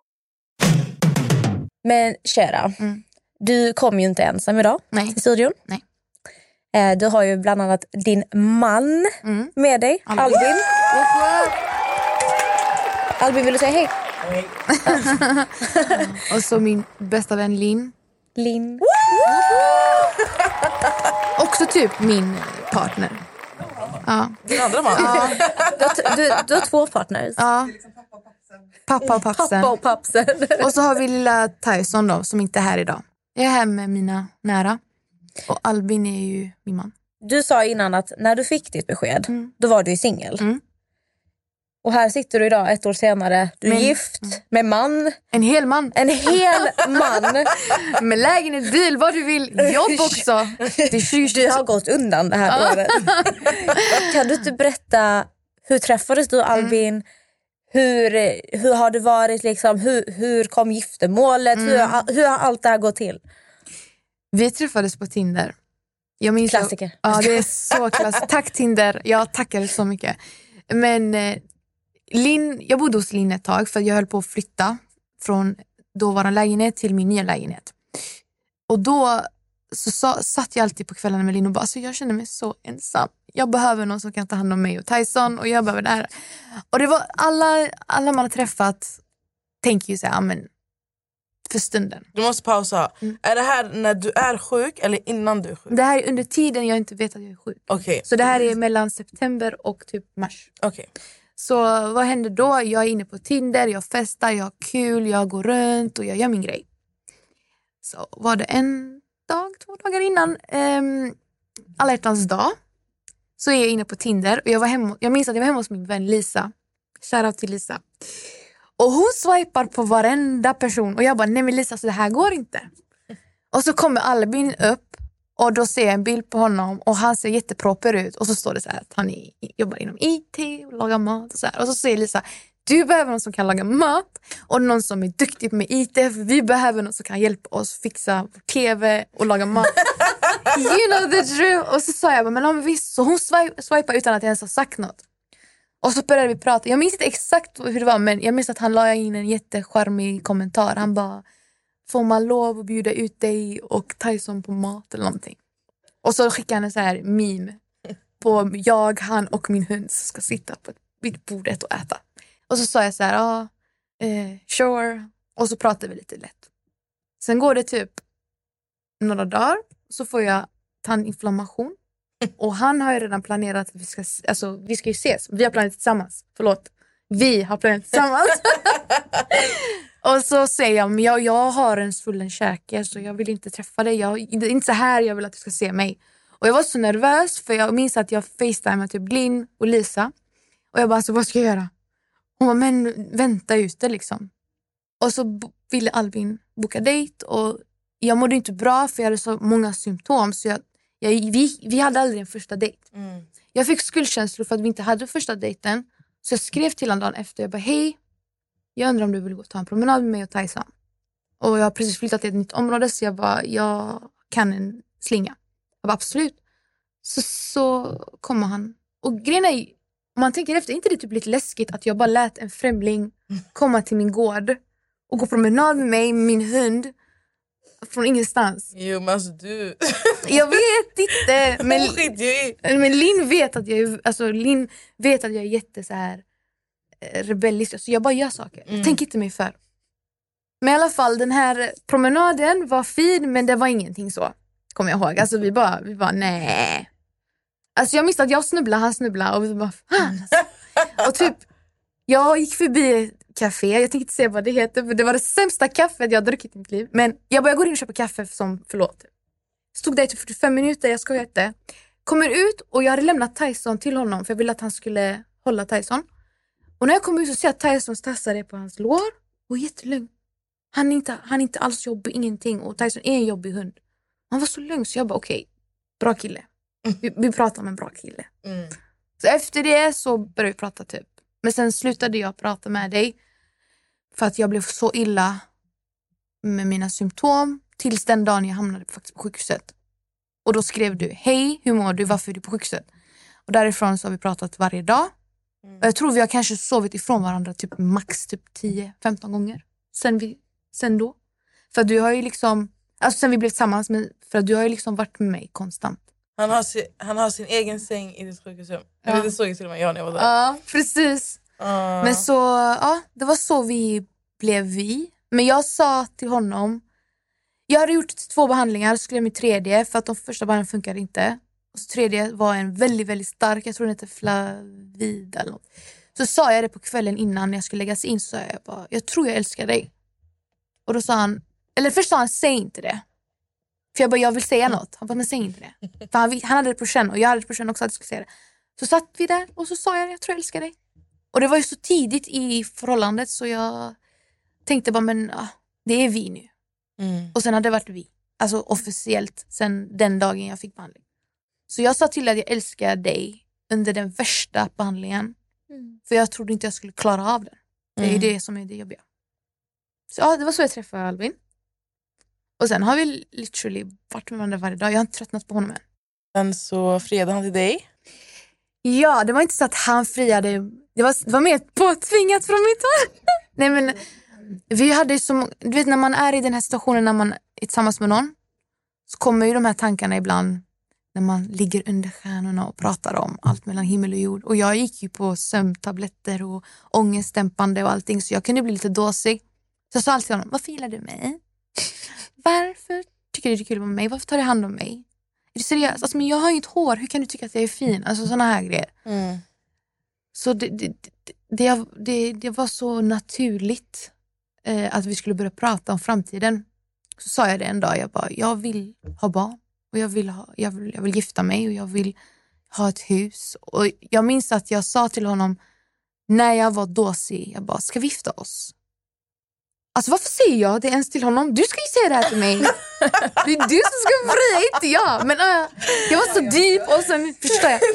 Men Shera, mm. du kom ju inte ensam idag Nej. till studion. Nej. Eh, du har ju bland annat din man mm. med dig, Albin. Albin. Albin, vill du säga hej? Hej. Och så min bästa vän Linn. Linn. Också typ min partner. Ja. Din andra man? Ja. Du, har, du, du har två partners. Ja. Pappa och pappsen. Pappa och pappsen. Och så har vi lilla Tyson då, som inte är här idag. Jag är här med mina nära. Och Albin är ju min man. Du sa innan att när du fick ditt besked, mm. då var du ju singel. Mm. Och här sitter du idag ett år senare. Du är Men, gift mm. med man. En hel man. En hel man. Med lägenhet, bil, vad du vill. Jobb också. Du har gått undan det här året. Kan du inte berätta, hur träffades du Albin? Mm. Hur, hur har det varit liksom? Hur, hur kom giftermålet? Mm. Hur, hur har allt det här gått till? Vi träffades på Tinder. Jag minns Klassiker. Jag, ja, det är så klassiskt. Tack Tinder. Jag tackar dig så mycket. Men eh, Linn, jag bodde hos Linn ett tag för jag höll på att flytta från dåvarande lägenhet till min nya lägenhet. Och då så sa, satt jag alltid på kvällarna med Linn och bara, alltså, jag känner mig så ensam. Jag behöver någon som kan ta hand om mig och Tyson och jag behöver det här. Och det var alla, alla man har träffat tänker ju så här, men för stunden. Du måste pausa. Mm. Är det här när du är sjuk eller innan du är sjuk? Det här är under tiden jag inte vet att jag är sjuk. Okay. Så det här är mellan september och typ mars. Okay. Så vad händer då? Jag är inne på Tinder, jag festar, jag har kul, jag går runt och jag gör min grej. Så var det en dag, två dagar innan um, alla hjärtans dag. Så är jag inne på Tinder och jag var hemma, jag minns att jag var hemma hos min vän Lisa. Shoutout till Lisa. Och hon swipar på varenda person. Och jag bara, nej men Lisa, så det här går inte. Och så kommer Albin upp. Och då ser jag en bild på honom. Och han ser jätteproper ut. Och så står det så här att han är, jobbar inom I T och lagar mat. Och så här. Och så säger Lisa, du behöver någon som kan laga mat. Och någon som är duktig med I T. För vi behöver någon som kan hjälpa oss fixa tv och laga mat. You know the truth. Och så sa jag, men om visst. Så hon swipar utan att jag ens har sagt något. Och så började vi prata. Jag minns inte exakt hur det var, men jag minns att han la in en jättecharmig kommentar. Han bara, får man lov att bjuda ut dig och Tyson på mat eller någonting. Och så skickar han en så här meme på jag, han och min hund som ska sitta på vid bordet och äta. Och så sa jag så här, ja, eh, sure. Och så pratade vi lite lätt. Sen går det typ några dagar så får jag tandinflammation. Och han har ju redan planerat att vi ska, alltså, vi ska ju ses. Vi har planerat tillsammans. Förlåt. Vi har planerat tillsammans. Och så säger jag, men jag, jag har en svullen käke så jag vill inte träffa dig. Jag, det är inte så här jag vill att du ska se mig. Och jag var så nervös för jag minns att jag facetimade typ Linn och Lisa. Och jag bara, så vad ska jag göra? Hon bara, men vänta ute liksom. Och så b- ville Albin boka dejt och jag mådde inte bra för jag hade så många symptom. Så jag, jag, vi, vi hade aldrig en första dejt. Mm. Jag fick skuldkänslor för att vi inte hade första dejten. Så jag skrev till honom dagen efter. Jag bara, hej, jag undrar om du vill gå och ta en promenad med mig och Tyson. Och jag har precis flyttat till ett nytt område så jag bara, jag kan en slinga. Jag bara, absolut. Så, så kommer han. Och grejen är, om man tänker efter, är inte det typ lite läskigt att jag bara lät en främling komma till min gård och gå promenad med mig, min hund, från ingenstans. Jo, men alltså du... Jag vet inte. Men, oh, men Linn vet att jag är, alltså Linn vet att jag är jätte så här rebellisk. Så jag bara gör saker. Mm. Jag tänker inte mig för. Men i alla fall, den här promenaden var fin, men det var ingenting så. Kommer jag ihåg. Alltså vi bara, vi bara nej. Alltså jag minns att jag snubblade, han snubblade och vi bara fan. Alltså. Och typ, jag gick förbi ett café, jag tänkte inte säga vad det heter, för det var det sämsta kaffet jag har druckit i mitt liv. Men jag bara, jag går in och köper kaffe som förlåt. Stod där i typ fyrtiofem minuter, jag skojar inte. Kommer ut och jag hade lämnat Tyson till honom för jag ville att han skulle hålla Tyson. Och när jag kommer ut så ser jag att Tyson tassar på hans lår och är jättelugn. Han är inte, han är inte alls jobbig, ingenting. Och Tyson är en jobbig hund. Han var så lugn så jag bara okej, okay, bra kille. Vi, vi pratar om en bra kille. Mm. Så efter det så började vi prata typ. Men sen slutade jag prata med dig. För att jag blev så illa med mina symptom. Tills den dagen jag hamnade faktiskt på sjukhuset. Och då skrev du, hej, hur mår du? Varför är du på sjukhuset? Och därifrån så har vi pratat varje dag. Mm. Och jag tror vi har kanske sovit ifrån varandra typ max typ tio femton gånger. Sen, vi, sen då. För du har ju liksom, alltså sen vi blev tillsammans med, för att du har ju liksom varit med mig konstant. Han har, si, han har sin egen säng i ditt sjukhusrum. Ja. Det såg jag till och med jag när jag var där. Ja, precis. Uh. Men så, ja, det var så vi blev vi. Men jag sa till honom, jag hade gjort två behandlingar, skulle jag med tredje för att de första behandlingarna funkade inte. Och så tredje var en väldigt, väldigt stark, jag tror den heter Flavida eller något. Så sa jag det på kvällen innan jag skulle läggas in, så sa jag bara, jag tror jag älskar dig. Och då sa han, eller först sa han, säg inte det. För jag bara, jag vill säga något. Han bara, men säg inte det. För han, han hade det på känn och jag hade det på känn också att jag skulle säga det. Så satt vi där och så sa jag, jag tror jag älskar dig. Och det var ju så tidigt i förhållandet så jag tänkte bara, men ja, det är vi nu. Mm. Och sen hade det varit vi. Alltså officiellt sen den dagen jag fick behandling. Så jag sa till att jag älskar dig under den värsta behandlingen. Mm. För jag trodde inte jag skulle klara av det. Det är ju mm. det som är det jobbiga. Så ja, det var så jag träffade Albin. Och sen har vi literally varit med varandra varje dag. Jag har inte tröttnat på honom än. Men så friade han till dig? Ja, det var inte så att han friade. Det var, det var mer påtvingat från mitt håll. Nej men, vi hade som, du vet när man är i den här situationen när man är tillsammans med någon. Så kommer ju de här tankarna ibland. När man ligger under stjärnorna och pratar om allt mellan himmel och jord. Och jag gick ju på sömntabletter och ångestdämpande och allting. Så jag kunde bli lite dåsig. Så jag sa alltid till honom, varför gillar du mig? Varför tycker du det är kul med mig? Varför tar du hand om mig? Är du seriös? Alltså, men jag har inget hår. Hur kan du tycka att jag är fin? Alltså sådana här grejer. Mm. Så det, det, det, det, det var så naturligt eh, att vi skulle börja prata om framtiden. Så sa jag det en dag. Jag bara, jag vill ha barn. Och jag vill, ha, jag, vill, jag vill gifta mig. Och jag vill ha ett hus. Och jag minns att jag sa till honom när jag var dåsig. Jag bara, ska vi gifta oss? Alltså varför säger jag det ens till honom? Du ska ju säga det här till mig. Det är du som ska fria, inte jag. Men uh, jag var så deep och sen förstår jag.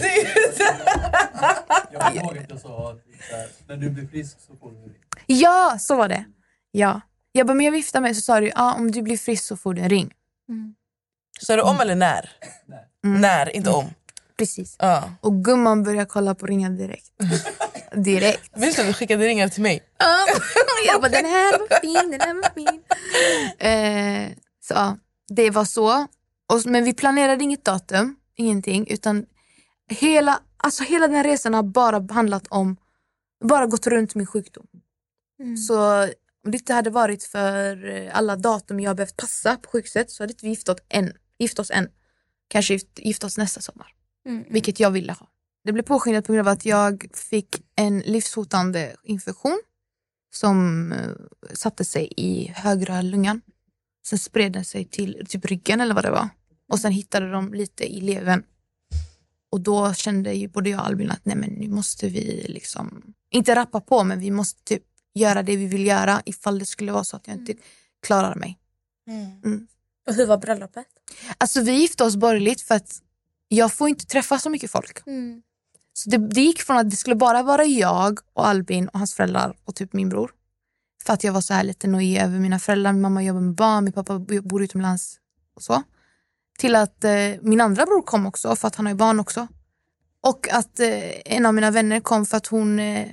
Jag ihåg att jag sa att när du blir frisk så får du en ring. Ja, så var det. Ja. Jag bara, men jag viftade mig så sa du, ja ah, om du blir frisk så får du en ring. Mm. Så är det om eller när? Mm. När, inte om. Precis. Uh. Och gumman började kolla på ringen direkt. Direkt. Visst att du skickade ringar till mig? Ja, jag bara, den här var fin, den här var fin. eh, så ja, det var så. Och, men vi planerade inget datum, ingenting. Utan hela, alltså hela den resan har bara handlat om, bara gått runt min sjukdom. Mm. Så om det inte hade varit för alla datum jag behövt passa på sjukhuset så hade inte vi gift oss än. Gift oss än. Kanske gift, gift oss nästa sommar. Mm. Vilket jag ville ha. Det blev påskyndat på grund av att jag fick en livshotande infektion som uh, satte sig i högra lungan. Sen spred den sig till typ ryggen eller vad det var. Och sen hittade de lite i levern. Och då kände ju både jag och Albin att nej, men nu måste vi liksom, inte rappa på, men vi måste typ göra det vi vill göra ifall det skulle vara så att jag inte klarar mig. Mm. Mm. Och hur var bröllopet? Alltså vi gifte oss borgerligt för att jag får inte träffa så mycket folk. Mm. Så det, det gick från att det skulle bara vara jag och Albin och hans föräldrar och typ min bror. För att jag var så här lite nojig över mina föräldrar. Min mamma jobbar med barn, min pappa bor utomlands och så. Till att eh, min andra bror kom också för att han har ju barn också. Och att eh, en av mina vänner kom för att hon... Eh,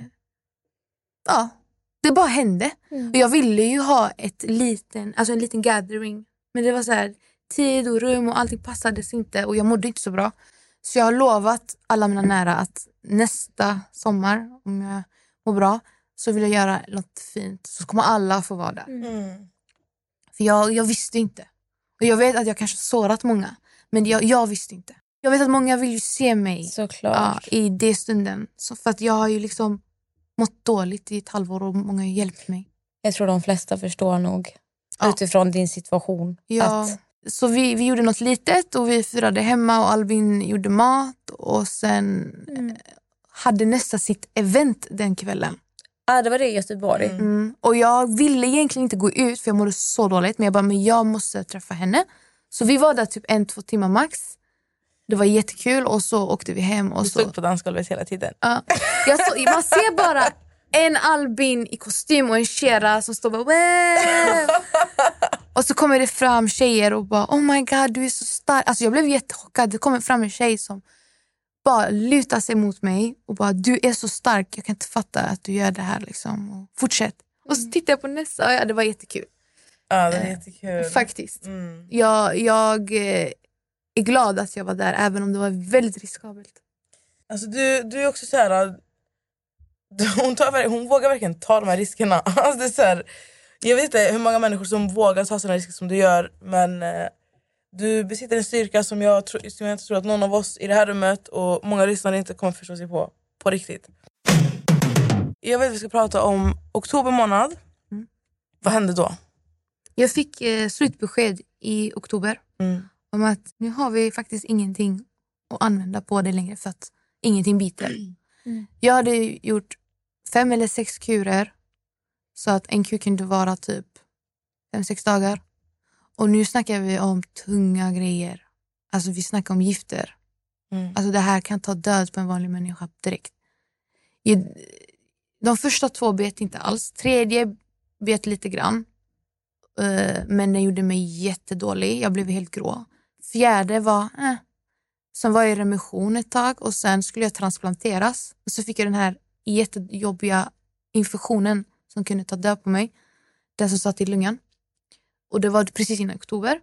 ja, det bara hände. Mm. Och jag ville ju ha ett liten, alltså en liten gathering. Men det var så här, tid och rum och allting passades inte. Och jag mådde inte så bra. Så jag har lovat alla mina nära att nästa sommar, om jag mår bra, så vill jag göra något fint. Så kommer alla få vara där. Mm. För jag, jag visste inte. Och jag vet att jag kanske sårat många. Men jag, jag visste inte. Jag vet att många vill ju se mig. Såklart. Ja, i det stunden. Så för att jag har ju liksom mått dåligt i ett halvår och många har hjälpt mig. Jag tror de flesta förstår nog. Ja. Utifrån din situation. Ja. Att... Så vi, vi gjorde något litet och vi firade hemma och Albin gjorde mat. Och sen mm. hade nästa sitt event den kvällen. Ja, ah, det var det i Göteborg. Mm. Mm. Och jag ville egentligen inte gå ut för jag mådde så dåligt. Men jag bara, men jag måste träffa henne. Så vi var där typ en, två timmar max. Det var jättekul och så åkte vi hem. Och du så... stod på dansgolvet hela tiden. Ja. Jag så, man ser bara en Albin i kostym och en Shera som står bara... Wee! Och så kommer det fram tjejer och bara, oh my god, du är så stark. Alltså jag blev jättechockad. Det kommer fram en tjej som bara lutar sig mot mig och bara, du är så stark. Jag kan inte fatta att du gör det här liksom. Och fortsätt. Och så tittar jag på nästa och ja, det var jättekul. Ja, det var jättekul. Eh, faktiskt. Mm. Jag, jag eh, är glad att jag var där, även om det var väldigt riskabelt. Alltså du, du är också så här... Hon, tar, hon vågar verkligen ta de här riskerna. Alltså det är så här, jag vet inte hur många människor som vågar ta sådana risker som du gör. Men eh, du besitter en styrka som jag, tro, som jag inte tror att någon av oss i det här rummet och många lyssnare inte kommer förstå sig på. På riktigt. Jag vet att vi ska prata om oktober månad. Mm. Vad hände då? Jag fick eh, slutbesked i oktober. Mm. Om att nu har vi faktiskt ingenting att använda på det längre. För att ingenting biter. Mm. Jag hade gjort fem eller sex kurer. Så att en kur kunde vara typ fem, sex dagar. Och nu snackar vi om tunga grejer. Alltså vi snackar om gifter. Mm. Alltså det här kan ta död på en vanlig människa direkt. De första två bet inte alls. Tredje bet lite grann. Men den gjorde mig jättedålig. Jag blev helt grå. Fjärde var... Eh. Sen var jag i remission ett tag. Och sen skulle jag transplanteras. Och så fick jag den här jättejobbiga infektionen som kunde ta död på mig. Den som satt i lungan. Och det var precis innan oktober.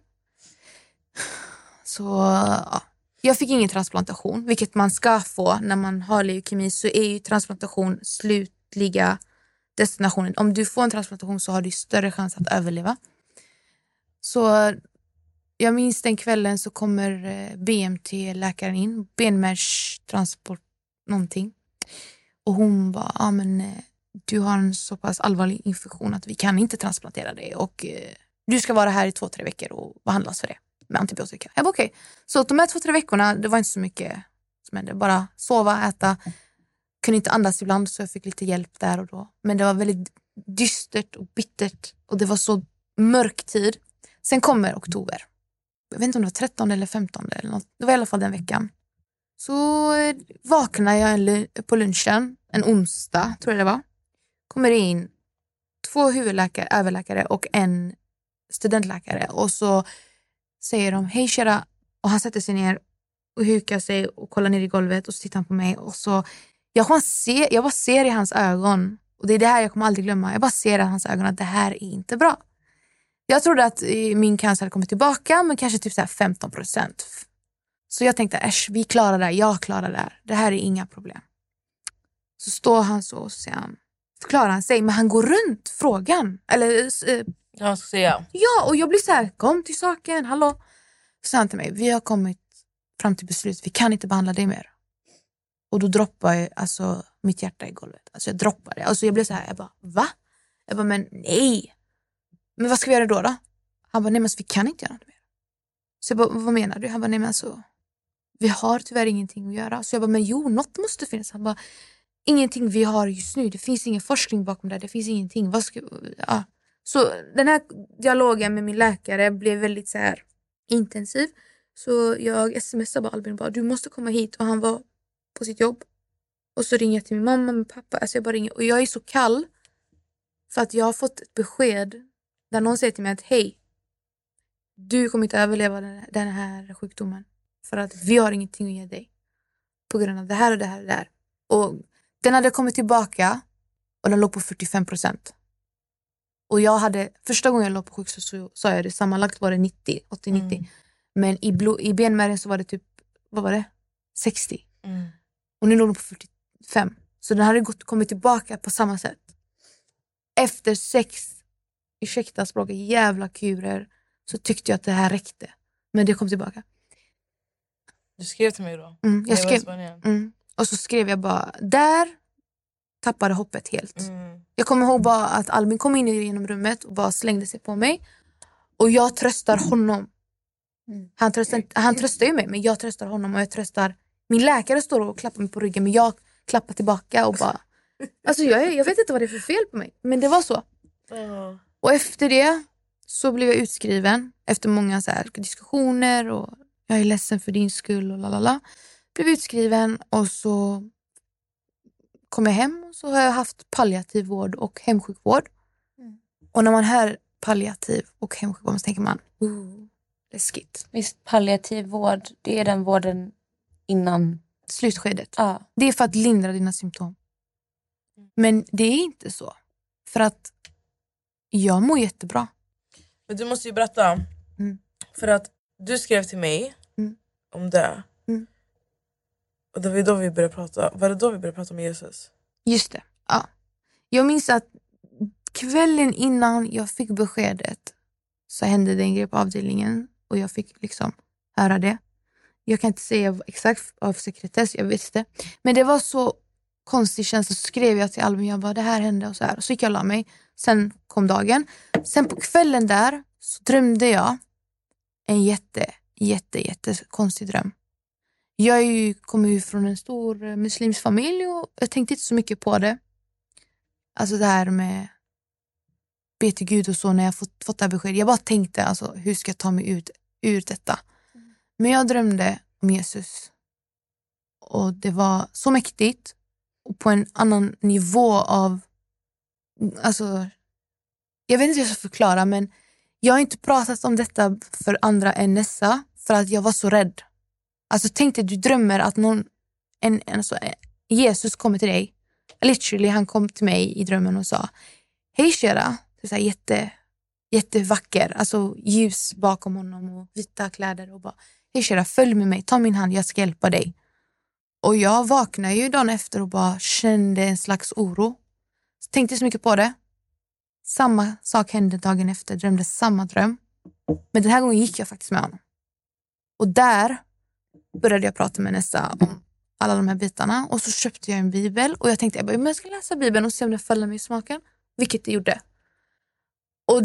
Så ja. Jag fick ingen transplantation. Vilket man ska få när man har leukemi. Så är ju transplantation slutliga destinationen. Om du får en transplantation så har du större chans att överleva. Så jag minns den kvällen så kommer B M T-läkaren in. Benmärgstransport någonting. Och hon bara, ja ah, men du har en så pass allvarlig infektion att vi kan inte transplantera dig. Och eh, du ska vara här i två, tre veckor och behandlas för det med antibiotika. Jag bara okej. Okay. Så de här två, tre veckorna, det var inte så mycket som hände. Bara sova, äta. Kunde inte andas ibland så jag fick lite hjälp där och då. Men det var väldigt dystert och bittert. Och det var så mörk tid. Sen kommer oktober. Jag vet inte om det var trettonde eller femtonde eller något. Det var i alla fall den veckan. Så vaknade jag på lunchen. En onsdag tror jag det var. Kommer in två huvudläkare, överläkare och en studentläkare. Och så säger de, hej Shera. Och han sätter sig ner och hukar sig och kollar ner i golvet. Och så tittar han på mig. Och så, jag, bara ser, jag bara ser i hans ögon. Och det är det här jag kommer aldrig glömma. Jag bara ser i hans ögon att det här är inte bra. Jag trodde att min cancer hade kommit tillbaka, men kanske typ så här femton procent. Så jag tänkte, äsch, vi klarar det här, jag klarar det här. Det här är inga problem. Så står han så och säger han, förklarar han sig, men han går runt frågan. Eller, eh, jag ska säga. Ja, och jag blir så här, kom till saken, hallå. Så sa han till mig, vi har kommit fram till beslut, vi kan inte behandla dig mer. Och då droppar jag alltså, mitt hjärta i golvet. Alltså jag droppar det. Alltså jag blev så här, jag bara, va? Jag bara, men nej. Men vad ska vi göra då då? Han bara, nej men vi kan inte göra något mer. Så jag bara, vad menar du? Han bara, nej men alltså, vi har tyvärr ingenting att göra. Så jag bara, men jo, något måste finnas. Han bara, ingenting vi har just nu. Det finns ingen forskning bakom det. Det finns ingenting. Vad ska... ja. Så den här dialogen med min läkare blev väldigt så här intensiv. Så jag smsade bara Albin och bara, du måste komma hit. Och han var på sitt jobb. Och så ringer jag till min mamma, min pappa. Alltså jag bara ringer. Och jag är så kall. För att jag har fått ett besked. Där någon säger till mig att hej. Du kommer inte överleva den här sjukdomen. För att vi har ingenting att ge dig. På grund av det här och det här och det här. Och den hade kommit tillbaka. Och den låg på fyrtiofem procent. Och jag hade, första gången jag låg på sjukhus så sa jag det, sammanlagt var det nittio, åttio nittio. Mm. Men i, blod, i benmärgen så var det typ, vad var det? sextio. Mm. Och nu låg den på fyrtiofem. Så den hade gått, kommit tillbaka på samma sätt. Efter sex, ursäkta språket, jävla kurer, så tyckte jag att det här räckte. Men det kom tillbaka. Du skrev till mig då? Mm, jag skrev, mm, och så skrev jag bara, där tappade hoppet helt. Mm. Jag kommer ihåg bara att Albin kom in genom rummet och bara slängde sig på mig. Och jag tröstar honom. Mm. Han, tröstar, han tröstar ju mig, men jag tröstar honom och jag tröstar... Min läkare står och klappar mig på ryggen, men jag klappar tillbaka och bara... Alltså jag, jag vet inte vad det är för fel på mig, men det var så. Mm. Och efter det så blev jag utskriven. Efter många så här diskussioner och jag är ledsen för din skull och lalala. Blev utskriven och så... kom jag hem och så har jag haft palliativ vård och hemsjukvård. Mm. Och när man hör palliativ och hemsjukvård så tänker man, oh, läskigt. Visst, palliativ vård, det är den vården innan slutskedet. Ja. Det är för att lindra dina symptom. Mm. Men det är inte så. För att jag mår jättebra. Men du måste ju berätta. Mm. För att du skrev till mig mm. om det. Mm. Och det var då vi började prata. Var det då vi började prata om Jesus? Just det, ja. Jag minns att kvällen innan jag fick beskedet så hände det en grej på avdelningen. Och jag fick liksom höra det. Jag kan inte säga exakt av sekretess, jag visste. Men det var så konstig känsla. Så skrev jag till Albin, jag bara, det här hände och så här. Och så gick jag och la mig. Sen kom dagen. Sen på kvällen där så drömde jag en jätte, jätte, jätte konstig dröm. Jag är ju, kommer ju från en stor muslimsk familj och jag tänkte inte så mycket på det. Alltså det här med be till Gud och så när jag fått, fått det här besked. Jag bara tänkte, alltså, hur ska jag ta mig ut ur detta? Mm. Men jag drömde om Jesus. Och det var så mäktigt. Och på en annan nivå av... Alltså, jag vet inte hur jag ska förklara, men jag har inte pratat om detta för andra än Nessa. För att jag var så rädd. Alltså tänk dig, du drömmer att någon, en, en, alltså, Jesus kommer till dig. Literally, han kom till mig i drömmen och sa, hej Shera. Det är så här jätte, jättevacker. Alltså ljus bakom honom och vita kläder. Och bara, hej Shera, följ med mig. Ta min hand, jag ska hjälpa dig. Och jag vaknade ju dagen efter och bara kände en slags oro. Så tänkte så mycket på det. Samma sak hände dagen efter. Drömde samma dröm. Men den här gången gick jag faktiskt med honom. Och där började jag prata med Nessa om alla de här bitarna. Och så köpte jag en bibel. Och jag tänkte, jag, bara, men jag ska läsa bibeln och se om det faller mig i smaken. Vilket det gjorde. Och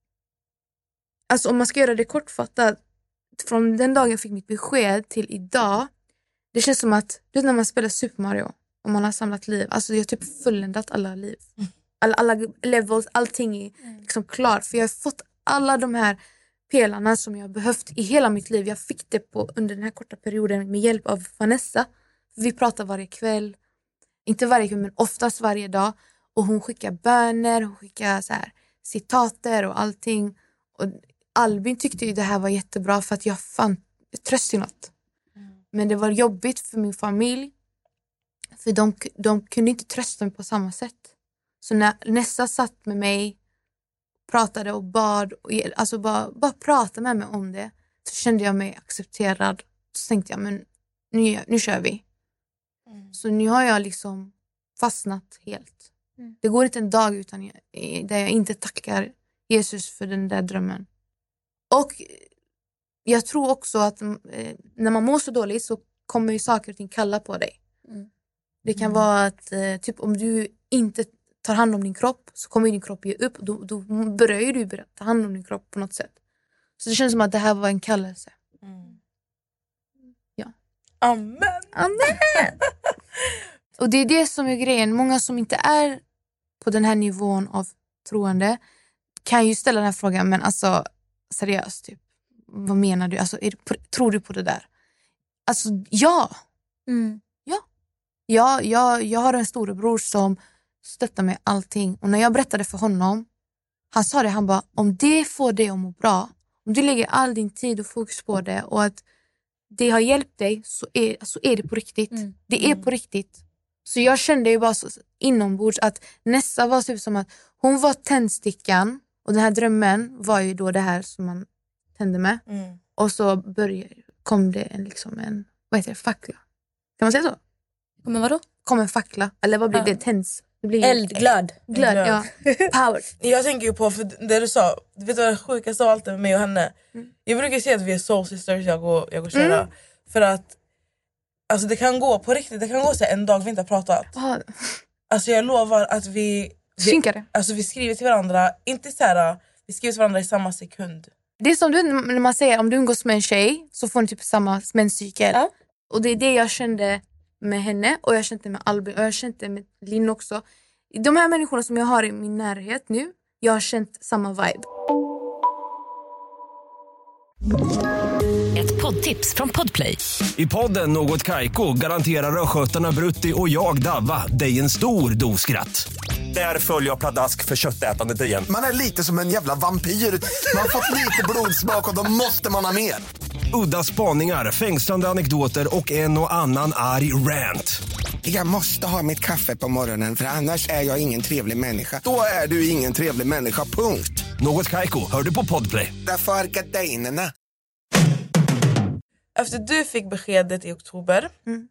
alltså om man ska göra det kortfattat. Från den dagen jag fick mitt besked till idag. Det känns som att, du vet när man spelar Super Mario. Och man har samlat liv. Alltså jag har typ fulländat alla liv. Alla, alla levels, allting är liksom klart. För jag har fått alla de här pelarna som jag har behövt i hela mitt liv. Jag fick det på under den här korta perioden med hjälp av Vanessa. Vi pratar varje kväll. Inte varje kväll, men oftast varje dag. Och hon skickar böner, hon skickar så här citater och allting. Och Albin tyckte ju det här var jättebra för att jag fann tröst i något. Mm. Men det var jobbigt för min familj. För de, de kunde inte trösta mig på samma sätt. Så när Nessa satt med mig pratade och bad, och, alltså bara, bara prata med mig om det, så kände jag mig accepterad. Så tänkte jag, men nu, nu kör vi. Mm. Så nu har jag liksom fastnat helt. Mm. Det går inte en dag utan jag, där jag inte tackar Jesus för den där drömmen. Och jag tror också att eh, när man mår så dåligt så kommer ju saker och ting kalla på dig. Mm. Det kan mm. vara att eh, typ om du inte tar hand om din kropp så kommer din kropp ge upp. Och då, då börjar ju du börja ta hand om din kropp på något sätt. Så det känns som att det här var en kallelse. Mm. Ja. Amen! Amen! Och det är det som är grejen. Många som inte är på den här nivån av troende kan ju ställa den här frågan, men alltså seriöst typ. Vad menar du? Alltså, är det, tror du på det där? Alltså, ja. Mm. Ja. Ja, jag, jag har en storebror som stöttar mig allting. Och när jag berättade för honom, han sa det, han bara, om det får dig att må bra, om du lägger all din tid och fokus på det och att det har hjälpt dig, så är, så är det på riktigt. Mm. Det är mm. på riktigt. Så jag kände ju bara så, inombords att Nessa var typ som att hon var tändstickan och den här drömmen var ju då det här som man tände med. Mm. Och så började, kom det en, liksom en, vad heter det, fackla. Kan man säga så? Men vadå? Kom en fackla. Eller vad blir ja. det? Tänds. Det blir Eldglöd. Glöd, ja. Power. Jag tänker ju på, för det du sa, du vet vad det sjukaste av allt med mig och henne? Mm. Jag brukar säga att vi är soul sisters, jag och, jag och Kjera. Mm. För att alltså det kan gå på riktigt, det kan gå så en dag vi inte har pratat. Ah. Alltså jag lovar att vi, vi alltså vi skriver till varandra, inte så här, vi skriver till varandra i samma sekund. Det är som du, när man säger, om du umgås med en tjej så får ni typ samma menscykel. Ja. Och det är det jag kände med henne, och jag kände med Albin, och jag kände med Linn också. De här människorna som jag har i min närhet nu, jag har känt samma vibe. Ett poddtips från Podplay. I podden Något Kaiko garanterar röskötarna Brutti och jag Davva dig en stor doskratt. Där följer jag pladask för köttätandet igen. Man är lite som en jävla vampyr. Man har fått lite blodsmak och då måste man ha mer. Udda spaningar, fängslande anekdoter och en och annan arg rant. Jag måste ha mitt kaffe på morgonen, för annars är jag ingen trevlig människa. Då är du ingen trevlig människa, punkt. Något Kaiko, hör du på Podplay. Därför är gardinerna. Efter du fick beskedet i oktober mm.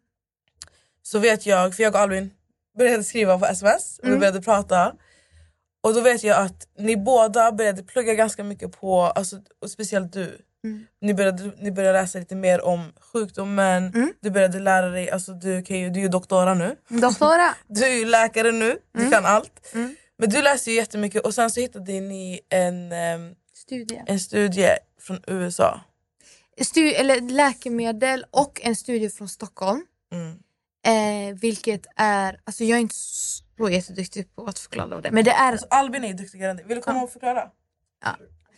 så vet jag, för jag och Albin började skriva på sms och vi började mm. prata. Och då vet jag att ni båda började plugga ganska mycket på, alltså, och speciellt du. Mm. Ni, började, ni började läsa lite mer om sjukdomen. Mm. Du började lära dig, alltså du, kan ju, du är ju doktora nu. Doktora. Du är ju läkare nu, mm. du kan allt. Mm. Men du läste ju jättemycket och sen så hittade ni en, um, studie. en studie från U S A. Studie, eller läkemedel och en studie från Stockholm. Mm. Eh, vilket är, alltså jag är inte så jätteduktig på att förklara det. Men det är... Alltså, Albin är duktigare än dig. Vill du komma ja. och förklara? Ja.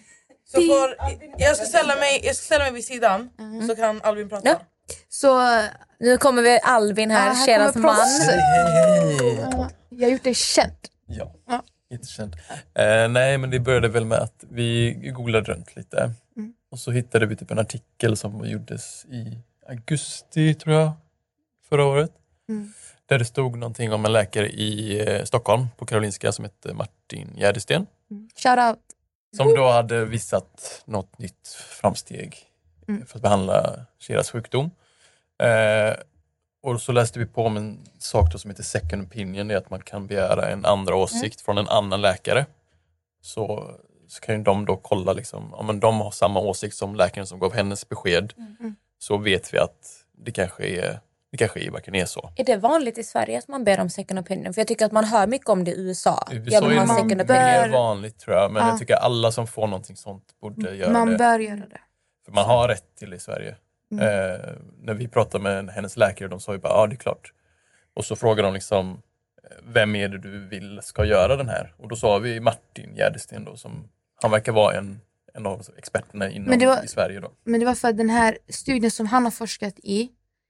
Så får, jag, ska ställa mig, jag ska ställa mig vid sidan mm. så kan Albin prata. Ja. Så nu kommer vi Albin här, ah, Keras man. Hej, hej, hej. Jag har gjort det känt. Ja, ja. Inte känt. Eh, nej, men det började väl med att vi googlade runt lite. Mm. Och så hittade vi typ en artikel som gjordes i augusti, tror jag, förra året. Mm. Där det stod någonting om en läkare i eh, Stockholm på Karolinska som hette Martin Gärdesten. Mm. Shout out. Som då hade visat något nytt framsteg mm. för att behandla Keras sjukdom. Eh, och så läste vi på om en sak då som heter second opinion. Det är att man kan begära en andra åsikt mm. från en annan läkare. Så, så kan ju de då kolla liksom, om ja, de har samma åsikt som läkaren som gav hennes besked. Mm. Så vet vi att det kanske är Det kanske är, verkligen är så. Är det vanligt i Sverige att man ber om second opinion? För jag tycker att man hör mycket om det i U S A. I U S A är man second opinion. Vanligt, tror jag. Men ja. jag tycker alla som får någonting sånt borde göra man det. Man bör göra det. För man har rätt till det i Sverige. Mm. Eh, när vi pratade med hennes läkare, de sa ju bara, ja det är klart. Och så frågade de liksom, vem är det du vill ska göra den här? Och då sa vi Martin Gärdesten då, som han verkar vara en, en av experterna inom var, i Sverige då. Men det var för att den här studien som han har forskat i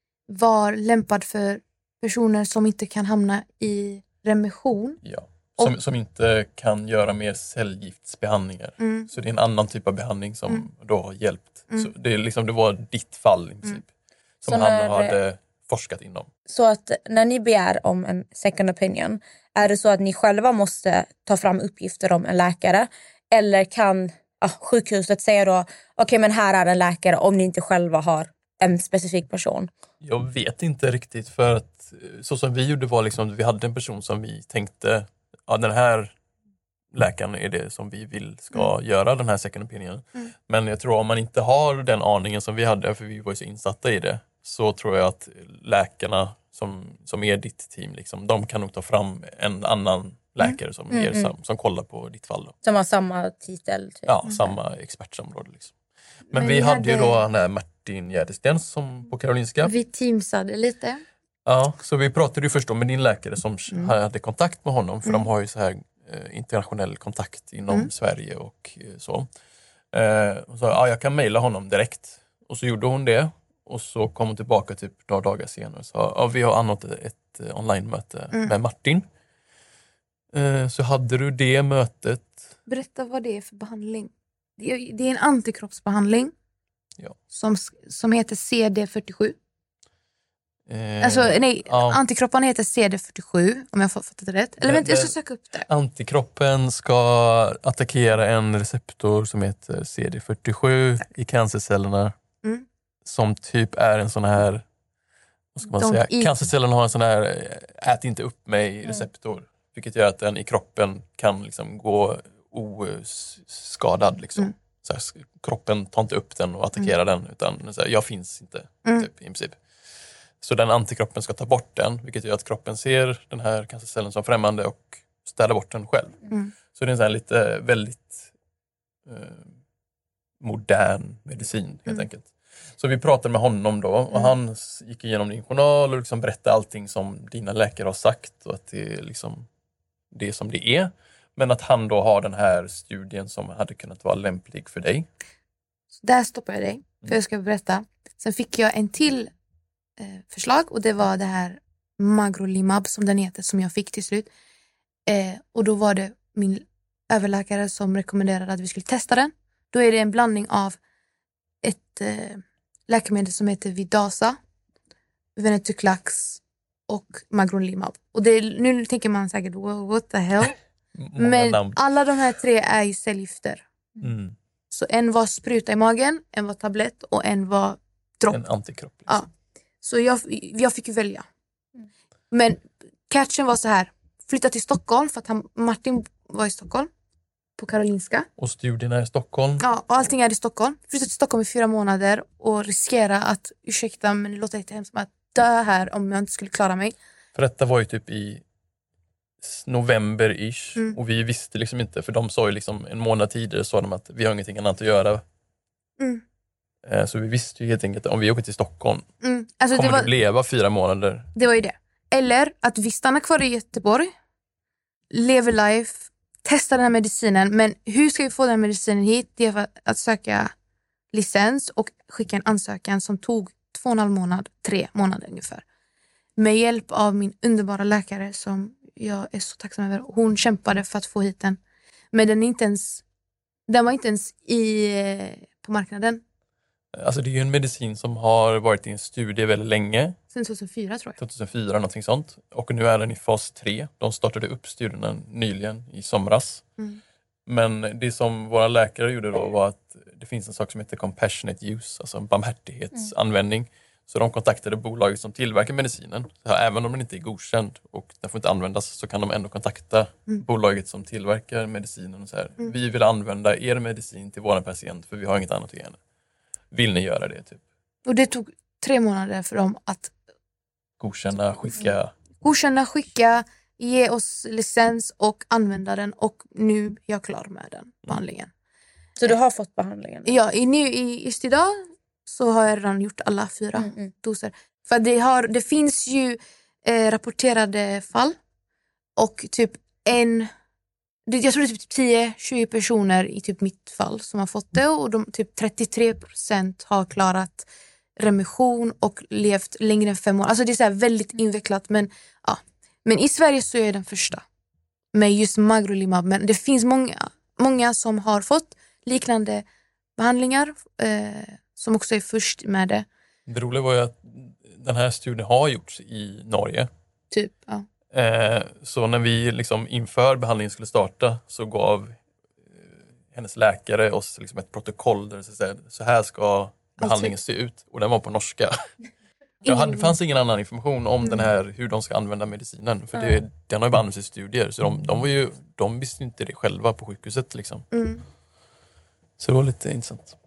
var lämpad för personer som inte kan hamna i remission. Ja, som, och, som inte kan göra mer cellgiftsbehandlingar. Mm. Så det är en annan typ av behandling som mm. då har hjälpt. Mm. Så det, är liksom, det var ditt fall i princip. Mm. Som så han när, hade forskat inom. Så att när ni begär om en second opinion, är det så att ni själva måste ta fram uppgifter om en läkare? Eller kan ja, sjukhuset säga då, okej okay, men här är en läkare om ni inte själva har en specifik person? Jag vet inte riktigt, för att så som vi gjorde var liksom att vi hade en person som vi tänkte, ja den här läkaren är det som vi vill ska mm. göra den här second opinion. Mm. Men jag tror om man inte har den aningen som vi hade, för vi var ju så insatta i det, så tror jag att läkarna som, som är ditt team, liksom, de kan nog ta fram en annan läkare som, mm. ger, mm. som, som kollar på ditt fall. Då. Som har samma titel? Typ. Ja, samma expertområde. Liksom. Men, Men vi hade, hade ju då den här Martin Gärdestens som på Karolinska. Vi teamsade lite. Ja, så vi pratade ju först med din läkare som mm. hade kontakt med honom, för mm. de har ju så här eh, internationell kontakt inom mm. Sverige och eh, så. Eh, och så ja, jag kan mejla honom direkt. Och så gjorde hon det. Och så kom hon tillbaka typ några dagar senare och sa, ja, vi har anordnat ett, ett online-möte mm. med Martin. Eh, så hade du det mötet. Berätta vad det är för behandling. Det är, det är en antikroppsbehandling. Ja. Som, som heter C D fyrtiosju. Eh, alltså nej, ja. Antikroppen heter C D fyrtiosju, om jag har fattat det rätt. Eller vänta, jag ska söka upp det. Antikroppen ska attackera en receptor som heter C D fyrtiosju i cancercellerna. Mm. Som typ är en sån här, vad ska man Don't säga, eat. Cancercellerna har en sån här ät inte upp mig receptor. Mm. Vilket gör att den i kroppen kan liksom gå oskadad. Liksom. Mm. Så här, kroppen tar inte upp den och attackerar mm. den, utan så här, jag finns inte mm. typ, i princip. Så den antikroppen ska ta bort den, vilket gör att kroppen ser den här cancercellen som främmande och ställer bort den själv. Mm. Så det är en sån här lite väldigt eh, modern medicin helt mm. enkelt. Så vi pratade med honom då och mm. han gick igenom din journal och liksom berättade allting som dina läkare har sagt och att det är liksom det som det är. Men att han då har den här studien som hade kunnat vara lämplig för dig. Så där stoppar jag dig, för jag ska berätta. Sen fick jag en till eh, förslag och det var det här Magrolimab som den heter, som jag fick till slut. Eh, och då var det min överläkare som rekommenderade att vi skulle testa den. Då är det en blandning av ett eh, läkemedel som heter Vidasa, Venetoclax och Magrolimab. Och det är, nu tänker man säkert, what the hell? Men namn. Alla de här tre är ju cellgifter. Mm. Så en var spruta i magen, en var tablett och en var dropp. En antikropp. Liksom. Ja. Så jag, jag fick ju välja. Mm. Men catchen var så här, flytta till Stockholm för att han, Martin var i Stockholm. På Karolinska. Och studierna är i Stockholm. Ja, och allting är i Stockholm. Flytta till Stockholm i fyra månader och riskera att, ursäkta men det låter lite hemskt, att dö här om jag inte skulle klara mig. För detta var ju typ i november-ish mm. och vi visste liksom inte, för de sa ju liksom en månad tidigare sa de att vi har ingenting annat att göra. Mm. Så vi visste ju helt enkelt att om vi åker till Stockholm mm. alltså, kommer det var, du leva fyra månader. Det var ju det. Eller att vi stannar kvar i Göteborg, lever life, testar den här medicinen. Men hur ska vi få den här medicinen hit? Det är för att söka licens och skicka en ansökan som tog två och en halv månad, tre månader ungefär. Med hjälp av min underbara läkare som jag är så tacksam över. Hon kämpade för att få hit den. Men den, är inte ens, den var inte ens i, på marknaden. Alltså det är ju en medicin som har varit i en studie väldigt länge. Sen tjugohundrafyra tror jag. tjugohundrafyra, någonting sånt. Och nu är den i fas tre. De startade upp studierna nyligen i somras. Mm. Men det som våra läkare gjorde då var att det finns en sak som heter compassionate use. Alltså en barmhärtighetsanvändning. Mm. Så de kontaktade bolaget som tillverkar medicinen. Så här, även om den inte är godkänd och den får inte användas, så kan de ändå kontakta mm. bolaget som tillverkar medicinen. Och så här, mm. vi vill använda er medicin till våra patient för vi har inget annat att ge henne. Vill ni göra det? Typ? Och det tog tre månader för dem att godkänna, skicka. Godkänna, skicka, ge oss licens och använda den. Och nu är jag klar med den behandlingen. Så du har fått behandlingen? Ja, i, nu, i, just idag så har jag redan gjort alla fyra mm, mm. doser. För det, har, det finns ju eh, rapporterade fall. Och typ en... Jag tror det är typ tio till tjugo personer i typ mitt fall som har fått det. Och de, typ trettiotre procent har klarat remission och levt längre än fem år. Alltså det är så här väldigt invecklat. Men, ja. men i Sverige så är jag den första med just Magrolimab. Men det finns många, många som har fått liknande behandlingar eh, som också är först med det. Det roliga var ju att den här studien har gjorts i Norge. Typ, ja. Så när vi liksom inför behandlingen skulle starta så gav hennes läkare oss liksom ett protokoll där det säger så här ska behandlingen se ut. Och den var på norska. Hade, det fanns ingen annan information om mm. den här, hur de ska använda medicinen. För det, den har ju bara använts i studier. Så de, de, var ju, de visste inte det själva på sjukhuset. Liksom. Mm. Så det var lite intressant.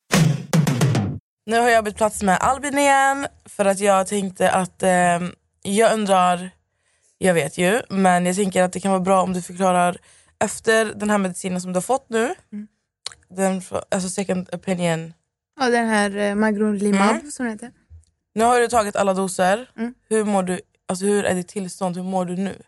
Nu har jag bytt plats med Albin igen. För att jag tänkte att eh, jag undrar, jag vet ju, men jag tänker att det kan vara bra om du förklarar efter den här medicinen som du har fått nu. Mm. Den, alltså second opinion. Ja, den här eh, Magrolimab mm. som det heter. Nu har du tagit alla doser. Mm. Hur mår du? Alltså hur är ditt tillstånd? Hur mår du nu?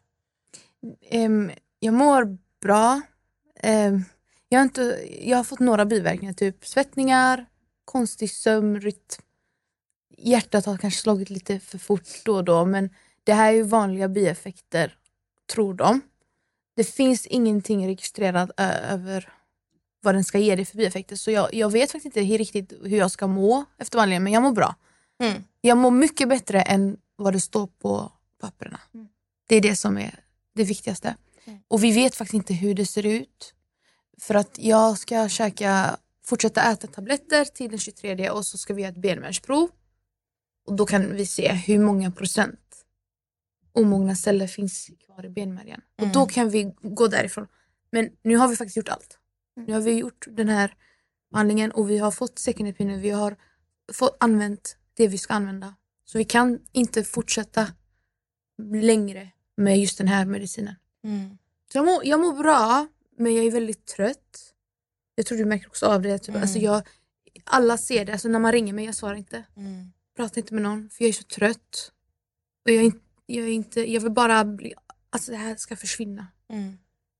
Um, jag mår bra. Um, jag, har inte, jag har fått några biverkningar. Typ svettningar, konstig sömnrytm. Hjärtat har kanske slagit lite för fort då och då. Men det här är ju vanliga bieffekter, tror de. Det finns ingenting registrerat ö- över vad den ska ge dig för bieffekter. Så jag, jag vet faktiskt inte riktigt hur jag ska må efter vanligen. Men jag mår bra. Mm. Jag mår mycket bättre än vad det står på papperna. Mm. Det är det som är det viktigaste. Mm. Och vi vet faktiskt inte hur det ser ut. För att jag ska käka, fortsätta äta tabletter till den tjugotredje och så ska vi göra ett benmärgsprov. Och då kan vi se hur många procent omogna celler finns kvar i benmärgen. Mm. Och då kan vi gå därifrån. Men nu har vi faktiskt gjort allt. Mm. Nu har vi gjort den här behandlingen och vi har fått second opinion. Vi har fått använt det vi ska använda. Så vi kan inte fortsätta längre med just den här medicinen. Mm. Så jag, mår, jag mår bra, men jag är väldigt trött. Jag tror du märker också av det. Typ. Mm. Alltså jag, alla ser det. Alltså när man ringer mig, jag svarar inte. Mm. Pratar inte med någon, för jag är så trött. Och jag är inte, jag, är inte, jag vill bara bli... Alltså det här ska försvinna. Mm.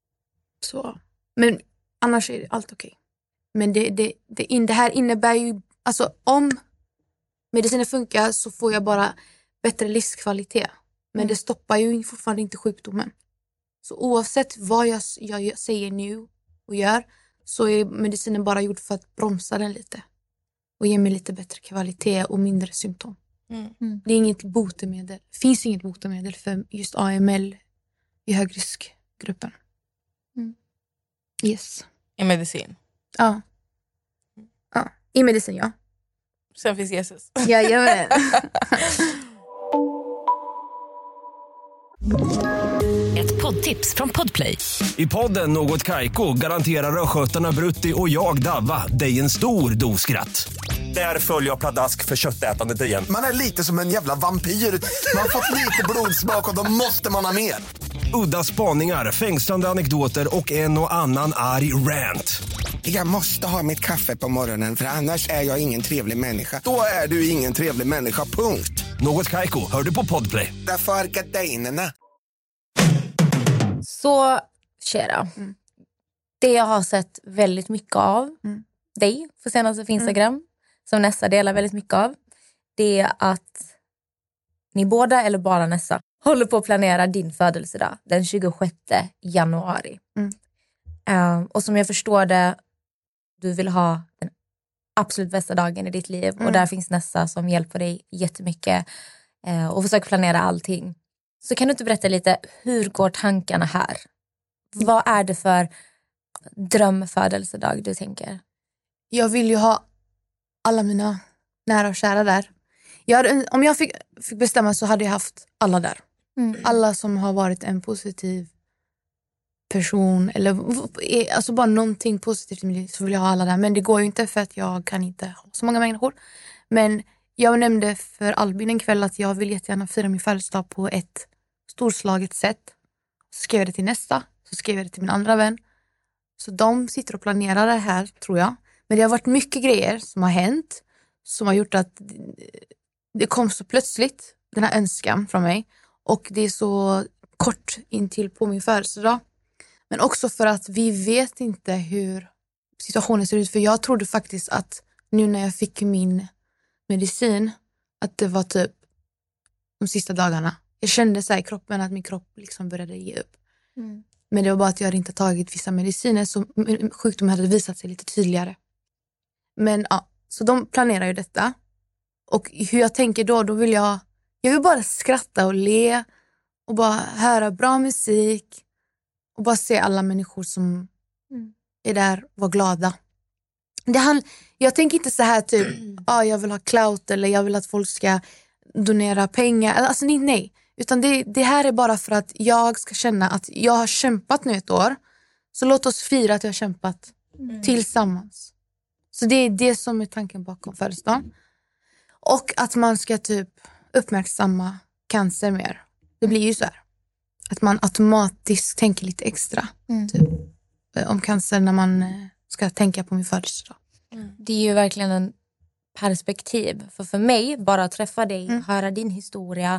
Så. Men annars är allt okej. Okay. Men det, det, det, in, det här innebär ju... Alltså om medicinen funkar så får jag bara bättre livskvalitet. Men mm. det stoppar ju fortfarande inte sjukdomen. Så oavsett vad jag, jag säger nu och gör så är medicinen bara gjord för att bromsa den lite. Och ge mig lite bättre kvalitet och mindre symptom. Mm. Mm. Det är inget botemedel. Det finns inget botemedel för just A M L i högriskgruppen. Mm. Yes. I medicin? Ja. Ja. I medicin, ja. Sen finns Jesus. Jajamän. Ett poddtips från Podplay. I podden Något Kaiko garanterar röskötarna Brutti och jag Davva dig en stor dos skratt. Där följer jag pladask för köttätandet igen. Man är lite som en jävla vampyr. Man har fått lite blodsmak och då måste man ha mer. Udda spaningar, fängslande anekdoter och en och annan arg rant. Jag måste ha mitt kaffe på morgonen för annars är jag ingen trevlig människa. Då är du ingen trevlig människa, punkt. Något Kaiko, hör du på Podplay. Därför är gardinerna. Så, Shera. Mm. Det jag har sett väldigt mycket av mm. dig på senaste på Instagram, mm. som Nessa delar väldigt mycket av, det är att ni båda, eller bara Nessa, håller på att planera din födelsedag den tjugosjätte januari. Mm. Um, och som jag förstår det, du vill ha den absolut bästa dagen i ditt liv. Mm. Och där finns Nessa som hjälper dig jättemycket uh, och försöker planera allting. Så kan du inte berätta lite, hur går tankarna här? Mm. Vad är det för drömfödelsedag du tänker? Jag vill ju ha alla mina nära och kära där. Jag hade, om jag fick, fick bestämma så hade jag haft alla där. Mm. Alla som har varit en positiv person. Eller alltså bara någonting positivt i mitt liv, så vill jag ha alla där. Men det går ju inte för att jag kan inte ha så många människor. Men jag nämnde för Albin en kväll att jag vill jättegärna fira min födelsedag på ett storslaget sätt. Så skrev jag det till nästa. Så skrev jag det till min andra vän. Så de sitter och planerar det här, tror jag. Men det har varit mycket grejer som har hänt. Som har gjort att det kom så plötsligt, den här önskan från mig. Och det är så kort in till på min födelsedag. Men också för att vi vet inte hur situationen ser ut. För jag trodde faktiskt att nu när jag fick min medicin, att det var typ de sista dagarna. Jag kände så här i kroppen att min kropp liksom började ge upp. Mm. Men det var bara att jag hade inte tagit vissa mediciner, så sjukdomen hade visat sig lite tydligare. Men ja, så de planerar ju detta. Och hur jag tänker då, då vill jag jag vill bara skratta och le och bara höra bra musik och bara se alla människor som mm. är där, var glada. Det han, jag tänker inte så här typ, ah, jag vill ha clout eller jag vill att folk ska donera pengar. Alltså nej, nej. Utan det, det här är bara för att jag ska känna att jag har kämpat nu ett år. Så låt oss fira att jag har kämpat mm. tillsammans. Så det är det som är tanken bakom födelsedagen. Och att man ska typ uppmärksamma cancer mer. Det blir ju så här. Att man automatiskt tänker lite extra mm. typ, om cancer när man ska tänka på min födelsedag. Mm. Det är ju verkligen en perspektiv. För för mig, bara att träffa dig, mm. höra din historia.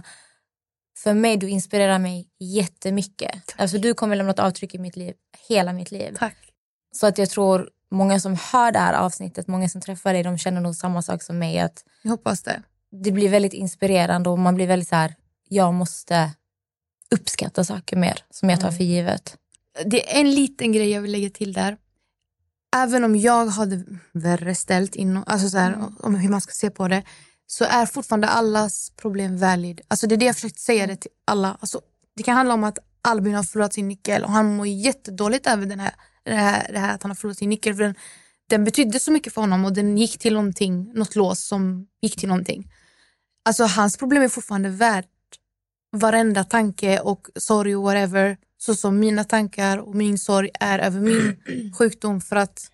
För mig, du inspirerar mig jättemycket. Tack. Alltså du kommer lämna ett avtryck i mitt liv, hela mitt liv. Tack. Så att jag tror många som hör det här avsnittet, många som träffar dig, de känner nog samma sak som mig. Att jag hoppas det. Det blir väldigt inspirerande och man blir väldigt så här, jag måste uppskatta saker mer som jag tar för givet. Det är en liten grej jag vill lägga till där. Även om jag hade värre ställt inom, alltså så här, mm. om hur man ska se på det, så är fortfarande allas problem valid. Alltså det är det jag försökt säga det till alla. Alltså, det kan handla om att Albin har förlorat sin nyckel och han mår jättedåligt över den här, det, här, det här att han har förlorat sin nyckel. För den, den betydde så mycket för honom och den gick till någonting, något lås som gick till någonting. Alltså hans problem är fortfarande värt varenda tanke och sorg och whatever. Så som mina tankar och min sorg är över min sjukdom. För att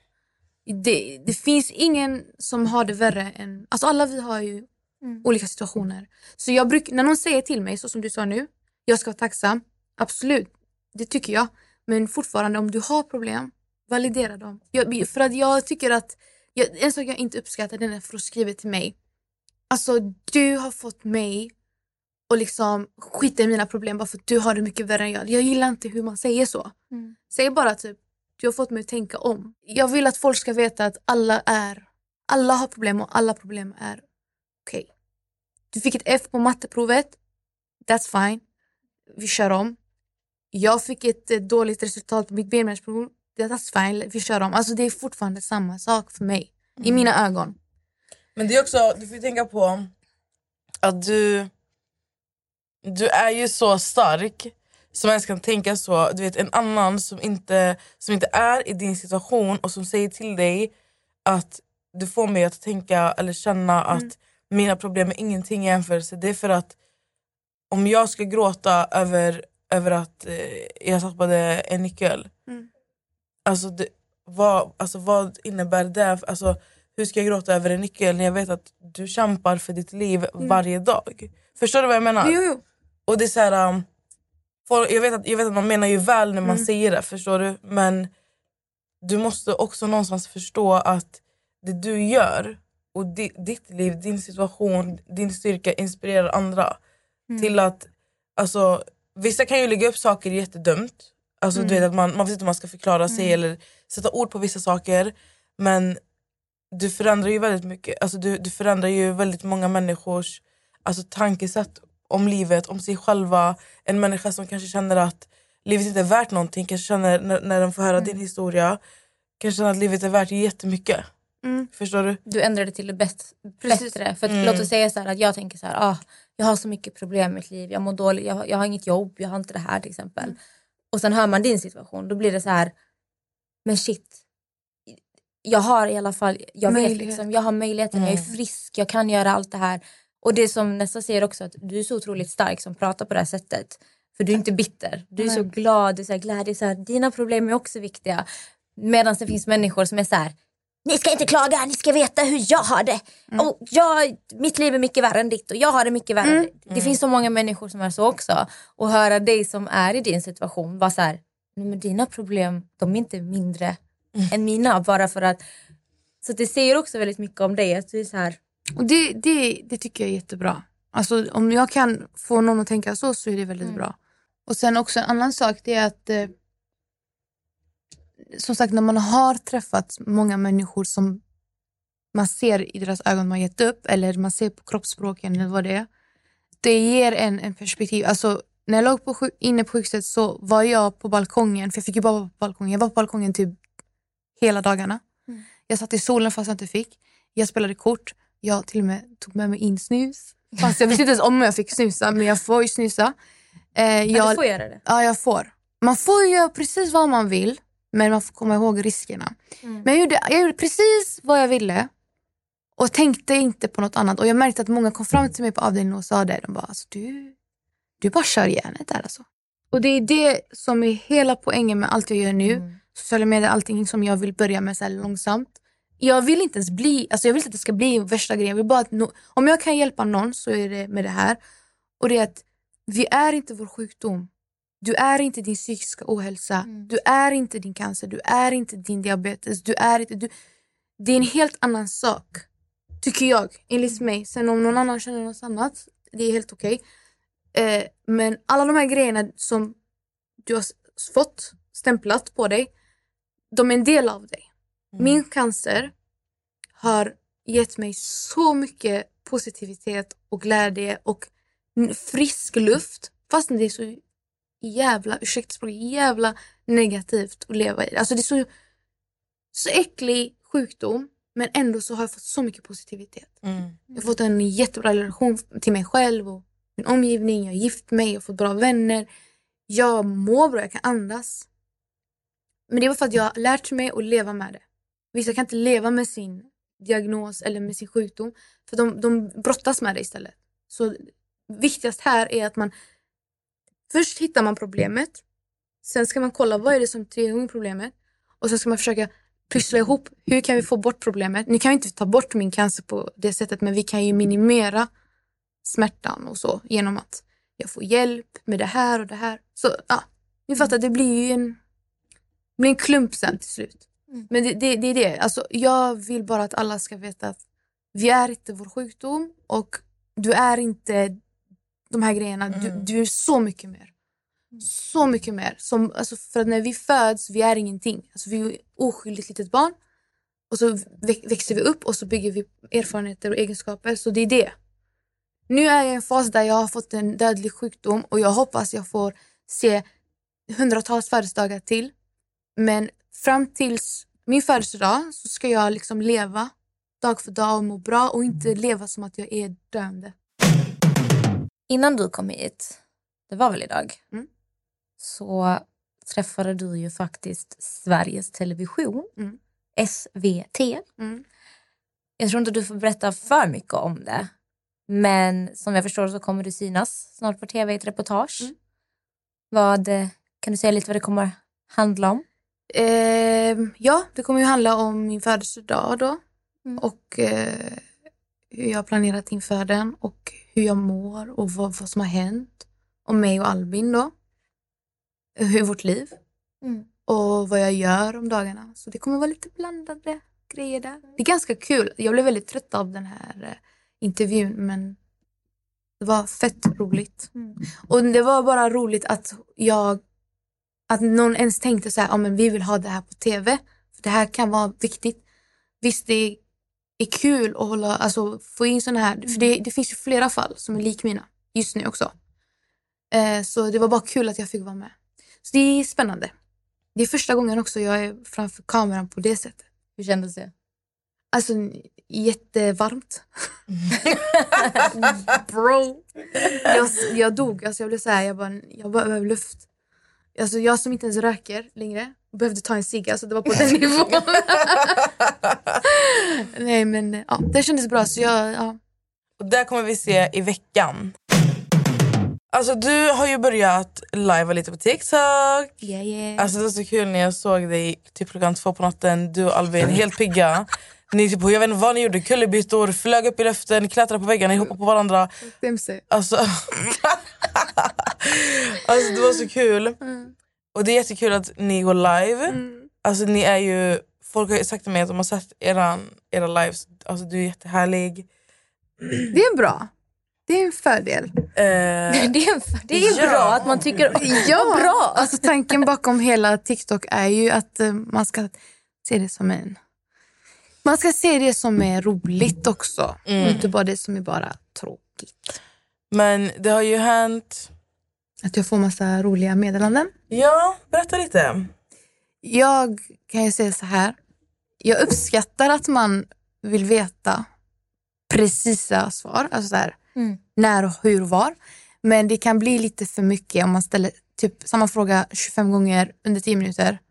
det, det finns ingen som har det värre än... Alltså alla vi har ju mm. olika situationer. Så jag bruk, när någon säger till mig, så som du sa nu, jag ska vara tacksam. Absolut, det tycker jag. Men fortfarande, om du har problem, validera dem. Jag, för att jag tycker att... Jag, en sak jag inte uppskattar, den är för att skriva till mig. Alltså, du har fått mig och liksom skita i mina problem bara för att du har det mycket värre än jag. Jag gillar inte hur man säger så. Mm. Säg bara typ, du har fått mig att tänka om. Jag vill att folk ska veta att alla är, alla har problem och alla problem är okej. Okay. Du fick ett F på matteprovet. That's fine. Vi kör om. Jag fick ett eh, dåligt resultat på mitt benmärgsprov. That's fine. Vi kör om. Alltså det är fortfarande samma sak för mig. Mm. I mina ögon. Men det är också, du får tänka på att du du är ju så stark som ens kan tänka så. Du vet, en annan som inte, som inte är i din situation och som säger till dig att du får mig att tänka eller känna att mm. mina problem är ingenting i jämförelse. Det är för att om jag ska gråta över, över att eh, jag tappade en nyckel. Mm. Alltså, det, vad, alltså vad innebär det? Alltså, hur ska jag gråta över en nyckel när jag vet att du kämpar för ditt liv mm. varje dag? Förstår du vad jag menar? Jo, jo. Och det är så här, um, för, jag, vet att, jag vet att man menar ju väl när man mm. säger det, förstår du? Men du måste också någonstans förstå att det du gör och di, ditt liv, din situation, din styrka inspirerar andra. Mm. Till att, alltså, vissa kan ju lägga upp saker jättedumt. Alltså mm. du vet att man, man vet inte hur man ska förklara sig mm. eller sätta ord på vissa saker. Men du förändrar ju väldigt mycket. Alltså du, du förändrar ju väldigt många människors alltså, tankesätt om livet, om sig själva. En människa som kanske känner att livet inte är värt någonting, kanske känner när, när de får höra mm. din historia, kanske känner att livet är värt jättemycket. Mm. Förstår du? Du ändrar det till det bäst, bättre. För att, mm. låt oss säga så här att jag tänker så här, ah, jag har så mycket problem i mitt liv, jag mår dåligt, jag, jag har inget jobb, jag har inte det här till exempel. Mm. Och sen hör man din situation, då blir det så här, men shit, jag har i alla fall, jag vet liksom, jag har möjligheten, mm. jag är frisk, jag kan göra allt det här. Och det som nästa säger också, att du är så otroligt stark som pratar på det här sättet. För du är inte bitter, du är Nej. så glad, du är så här glädje, så här, dina problem är också viktiga. Medan det finns människor som är så här, ni ska inte klaga, ni ska veta hur jag har det. Mm. Och jag, mitt liv är mycket värre än ditt och jag har det mycket värre mm. än ditt. Det mm. finns så många människor som är så också. Och höra dig som är i din situation vara så här, men dina problem, de är inte mindre mm. än mina. Bara för att, så det säger också väldigt mycket om dig. Att du är så här. Och det, det, det tycker jag är jättebra. Alltså om jag kan få någon att tänka så, så är det väldigt mm. bra. Och sen också en annan sak, det är att eh, som sagt, när man har träffat många människor som man ser i deras ögon man gett upp, eller man ser på kroppsspråken eller vad det är, det ger en, en perspektiv. Alltså när jag låg på sjuk, inne på sjukhuset så var jag på balkongen, för jag fick ju bara vara på balkongen. Jag var på balkongen typ hela dagarna. Mm. Jag satt i solen fast jag inte fick. Jag spelade kort. Jag till och med tog med mig in snus. Fast jag visste inte ens om jag fick snusa, men jag får ju snusa. Eh, jag, du får göra det? Ja, jag får. Man får ju göra precis vad man vill. Men man får komma ihåg riskerna. Mm. Men jag gjorde, jag gjorde precis vad jag ville. Och tänkte inte på något annat. Och jag märkte att många kom fram till mig på avdelningen och sa det. De bara, alltså, du, du bara kör järnet där alltså. Och det är det som är hela poängen med allt jag gör nu. Mm. Sociala medier, allting som jag vill börja med så här långsamt. Jag vill inte ens bli, alltså jag vill inte att det ska bli värsta grejen. Jag vill bara att no, om jag kan hjälpa någon så är det med det här. Och det är att vi är inte vår sjukdom. Du är inte din psykiska ohälsa. Mm. Du är inte din cancer. Du är inte din diabetes. Du är inte, du, det är en helt annan sak. Tycker jag, enligt mig. Sen om någon annan känner något annat, det är helt okej. Eh, men alla de här grejerna som du har fått stämplat på dig, de är en del av dig. Mm. Min cancer har gett mig så mycket positivitet och glädje och frisk luft. Fast det är så jävla, ursäkta språk, jävla negativt att leva i. Alltså det är så, så äcklig sjukdom. Men ändå så har jag fått så mycket positivitet. Mm. Jag har fått en jättebra relation till mig själv och min omgivning. Jag har gift mig, jag har fått bra vänner. Jag mår bra, jag kan andas. Men det var för att jag har lärt mig att leva med det. Vissa kan inte leva med sin diagnos eller med sin sjukdom. För de, de brottas med det istället. Så viktigast här är att man först hittar man problemet. Sen ska man kolla vad är det som triggar igång problemet. Och så ska man försöka pyssla ihop. Hur kan vi få bort problemet? Nu kan vi inte ta bort min cancer på det sättet. Men vi kan ju minimera smärtan och så. Genom att jag får hjälp med det här och det här. Så ja, ni fattar, det blir ju en, det blir en klump sen till slut. Mm. Men det, det, det är det. Alltså, jag vill bara att alla ska veta att vi är inte vår sjukdom. Och du är inte de här grejerna. Mm. Du, du är så mycket mer. Så mycket mer. Som, alltså, för att när vi föds, vi är ingenting. Alltså, vi är oskyldigt litet barn. Och så växer vi upp och så bygger vi erfarenheter och egenskaper. Så det är det. Nu är jag i en fas där jag har fått en dödlig sjukdom. Och jag hoppas jag får se hundratals födelsedagar till. Men fram tills min födelsedag så ska jag liksom leva dag för dag och må bra. Och inte leva som att jag är döende. Innan du kom hit, det var väl idag, mm. så träffade du ju faktiskt Sveriges Television, mm. S V T. Mm. Jag tror inte du får berätta för mycket om det. Men som jag förstår så kommer du synas snart på tv i ett reportage. Mm. Vad, kan du säga lite vad det kommer handla om? Eh, ja, det kommer ju handla om min födelsedag då. Mm. Och eh, hur jag har planerat inför den. Och hur jag mår och vad, vad som har hänt. Om mig och Albin då. Hur vårt liv. Mm. Och vad jag gör om dagarna. Så det kommer vara lite blandade grejer där. Det är ganska kul. Jag blev väldigt trött av den här eh, intervjun. Men det var fett roligt. Mm. Och det var bara roligt att jag... Att någon ens tänkte så här, ja, men vi vill ha det här på tv. För det här kan vara viktigt. Visst, det är kul att hålla, alltså, få in sådana här. För det, det finns ju flera fall som är lik mina. Just nu också. Eh, så det var bara kul att jag fick vara med. Så det är spännande. Det är första gången också jag är framför kameran på det sättet. Hur kändes det? Alltså, jättevarmt. Bro. Jag, jag dog. Alltså, jag blev så här, jag bara, jag bara behöver luft. Alltså, jag som inte ens röker längre behövde ta en cigg. Alltså, det var på den nivån. Nej, men ja, det kändes bra. Så jag, ja. Och där kommer vi se i veckan. Alltså, du har ju börjat live lite på TikTok. Yeah, yeah. Alltså, det var så kul när jag såg dig typ klockan två på natten. Du och Albin, helt pigga. Ni typ, jag vet inte vad ni gjorde. Kullerbyttor, flög upp i luften, klättrade på väggarna, ni hoppade på varandra. Alltså, alltså, det var så kul. Mm. Och det är jättekul att ni går live. Mm. Alltså, ni är ju... Folk har ju sagt till mig att de har sett era, era lives. Alltså, du är jättehärlig. Det är bra. Det är en fördel. Eh, det är, en, det är ja. bra att man tycker... Ja, bra. Alltså, tanken bakom hela TikTok är ju att uh, man ska se det som en... Man ska se det som är roligt också. Mm. Inte bara det som är bara tråkigt. Men det har ju hänt... Att jag får massa roliga meddelanden. Ja, berätta lite. Jag kan ju säga så här. Jag uppskattar att man vill veta precisa svar. Alltså så här, mm. när och hur och var. Men det kan bli lite för mycket om man ställer typ samma fråga tjugofem gånger under tio minuter. Mm.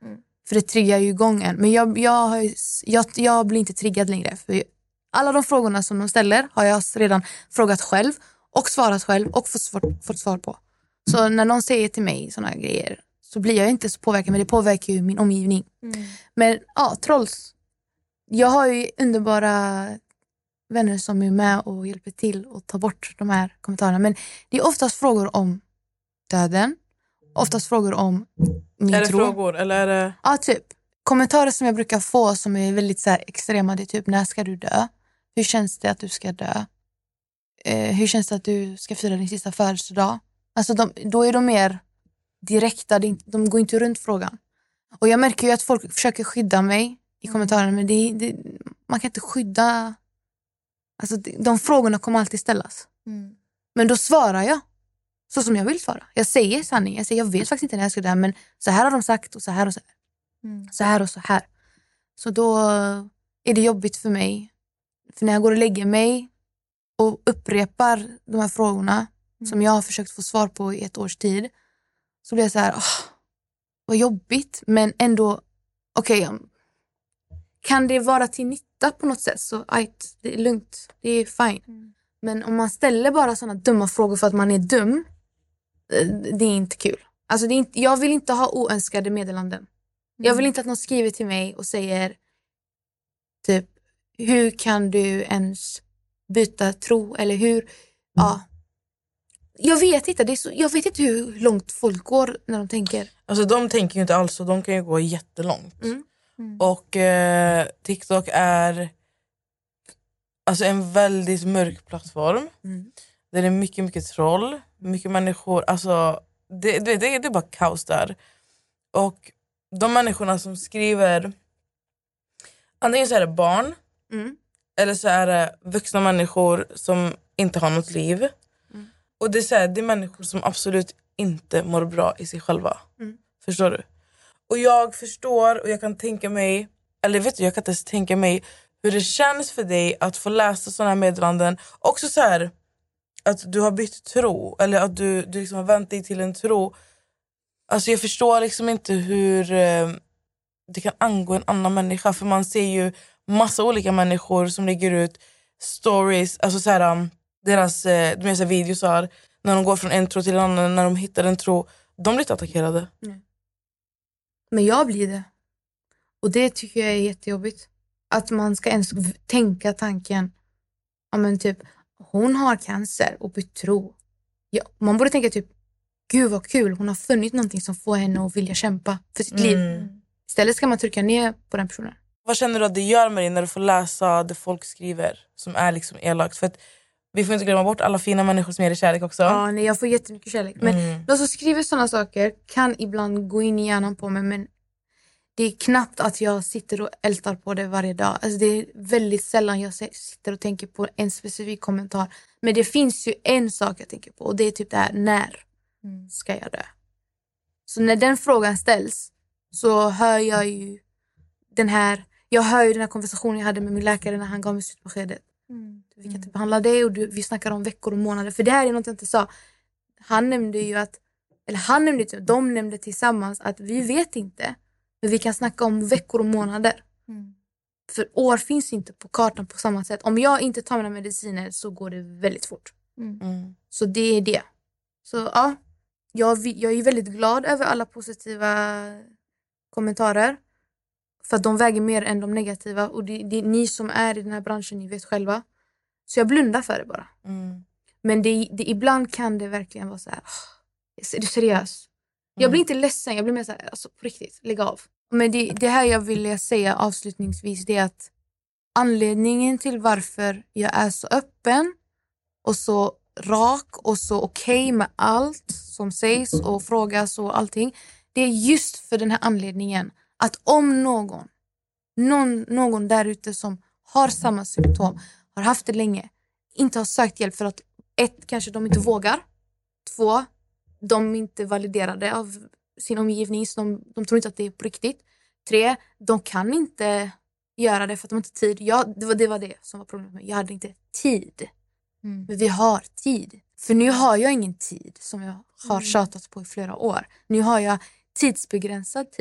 För det triggar ju igång en. Men jag, jag, har, jag, jag blir inte triggad längre. För alla de frågorna som de ställer har jag redan frågat själv. Och svarat själv och fått, fått, fått svar på. Så när någon säger till mig såna grejer så blir jag inte så påverkad. Men det påverkar ju min omgivning. Mm. Men ja, trolls. Jag har ju underbara vänner som är med och hjälper till att ta bort de här kommentarerna. Men det är oftast frågor om döden. Oftast frågor om min Är det tro. frågor eller är det... Ja, typ. Kommentarer som jag brukar få som är väldigt så här extrema. Det är typ, när ska du dö? Hur känns det att du ska dö? Eh, hur känns det att du ska fira din sista födelsedag? Alltså de, då är de mer direkta. De går inte runt frågan. Och jag märker ju att folk försöker skydda mig i kommentarerna. Men det, det, man kan inte skydda... Alltså de frågorna kommer alltid ställas. Mm. Men då svarar jag så som jag vill svara. Jag säger sanning. Jag säger, jag vet faktiskt inte när jag ska dö. Men så här har de sagt och så här och så här. Mm. Så här och så här. Så då är det jobbigt för mig. För när jag går och lägger mig och upprepar de här frågorna mm. som jag har försökt få svar på i ett års tid. Så blir jag så här, åh, vad jobbigt. Men ändå, okej, okay, kan det vara till nytta på något sätt så ajt, det är lugnt, det är fine. Mm. Men om man ställer bara sådana dumma frågor för att man är dum, det är inte kul. Alltså det är inte, jag vill inte ha oönskade meddelanden. Mm. Jag vill inte att någon skriver till mig och säger typ, hur kan du ens byta tro? Eller hur, mm. ja. Jag vet inte, det är så, jag vet inte hur långt folk går när de tänker. Alltså de tänker ju inte alls så, de kan ju gå jättelångt. Mm. Mm. Och eh, TikTok är alltså en väldigt mörk plattform. Mm. Det är mycket, mycket troll. Mycket människor. Alltså, det, det, det, det är bara kaos där. Och de människorna som skriver... Antingen så är det barn. Mm. Eller så är det vuxna människor som inte har något liv. Mm. Och det är, så här, det är människor som absolut inte mår bra i sig själva. Mm. Förstår du? Och jag förstår och jag kan tänka mig, eller vet du, jag kan inte ens tänka mig hur det känns för dig att få läsa sådana här meddelanden. Också så här, att du har bytt tro, eller att du, du liksom har vänt dig till en tro. Alltså jag förstår liksom inte hur eh, det kan angå en annan människa. För man ser ju massa olika människor som lägger ut stories, alltså så här, um, deras eh, de här videos här, när de går från en tro till en annan, när de hittar en tro, de blir inte attackerade. Mm. Men jag blir det. Och det tycker jag är jättejobbigt. Att man ska ens tänka tanken. Ja men typ, hon har cancer och bytt tro. Ja, man borde tänka typ, gud vad kul. Hon har funnit någonting som får henne att vilja kämpa för sitt mm. liv. Istället ska man trycka ner på den personen. Vad känner du att det gör med dig när du får läsa det folk skriver som är liksom elakt? För att vi får inte glömma bort alla fina människor som ger dig kärlek också. Ja, nej, jag får jättemycket kärlek. Men mm. de som skriver sådana saker kan ibland gå in i hjärnan på mig. Men det är knappt att jag sitter och ältar på det varje dag. Alltså det är väldigt sällan jag sitter och tänker på en specifik kommentar. Men det finns ju en sak jag tänker på. Och det är typ det här, när mm. ska jag dö? Så när den frågan ställs så hör jag ju den här... Jag hör ju den här konversationen jag hade med min läkare när han gav mig slutbeskedet. Mm. Vi kan inte behandla det och du, vi snackar om veckor och månader. För det här är något jag inte sa. Han nämnde ju att, eller han nämnde inte, de nämnde tillsammans att vi vet inte. Men vi kan snacka om veckor och månader. Mm. För år finns inte på kartan på samma sätt. Om jag inte tar mina mediciner så går det väldigt fort. Mm. Mm. Så det är det. Så ja, jag, jag är väldigt glad över alla positiva kommentarer. För att de väger mer än de negativa. Och det, det är ni som är i den här branschen, ni vet själva. Så jag blundar för det bara. Mm. Men det, det, ibland kan det verkligen vara så här. Är du seriös? Mm. Jag blir inte ledsen, jag blir mer så här, alltså på riktigt, lägg av. Men det, det här jag vill säga avslutningsvis, det är att anledningen till varför jag är så öppen och så rak och så okej okay med allt som sägs och frågas och allting. Det är just för den här anledningen. Att om någon, någon, någon där ute som har samma symptom, har haft det länge, inte har sökt hjälp för att ett, kanske de inte vågar. Två, de är inte validerade av sin omgivning, så de, de tror inte att det är på riktigt. Tre, de kan inte göra det för att de inte har tid. Jag, det, var, det var det som var problemet med. Jag hade inte tid. Mm. Men vi har tid. För nu har jag ingen tid som jag har tjatat på i flera år. Nu har jag tidsbegränsad tid.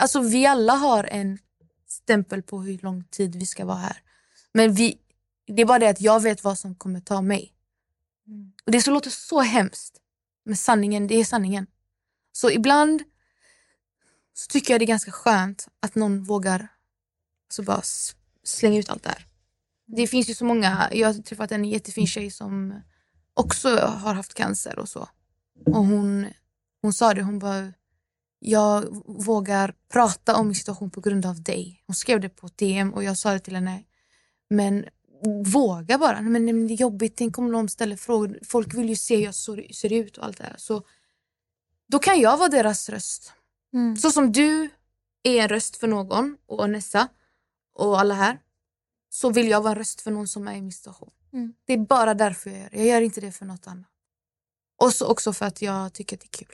alltså vi alla har en stämpel på hur lång tid vi ska vara här. Men vi, det är bara det att jag vet vad som kommer ta mig. Mm. Och det så låter så hemskt. Men sanningen, det är sanningen. Så ibland så tycker jag det är ganska skönt att någon vågar så bara slänga ut allt det här. Det finns ju så många, jag har träffat en jättefin tjej som också har haft cancer och så. Och hon, hon sa det, hon bara, jag vågar prata om min situation på grund av dig. Hon skrev det på D M och jag sa det till henne. Men våga bara. Men det är jobbigt, tänk om någon ställer frågor. Folk vill ju se hur jag ser ut och allt det här. Så då kan jag vara deras röst. Mm. Så som du är en röst för någon och Nessa och alla här. Så vill jag vara en röst för någon som är i min situation. Mm. Det är bara därför jag gör det. Jag gör inte det för något annat. Och så också för att jag tycker att det är kul.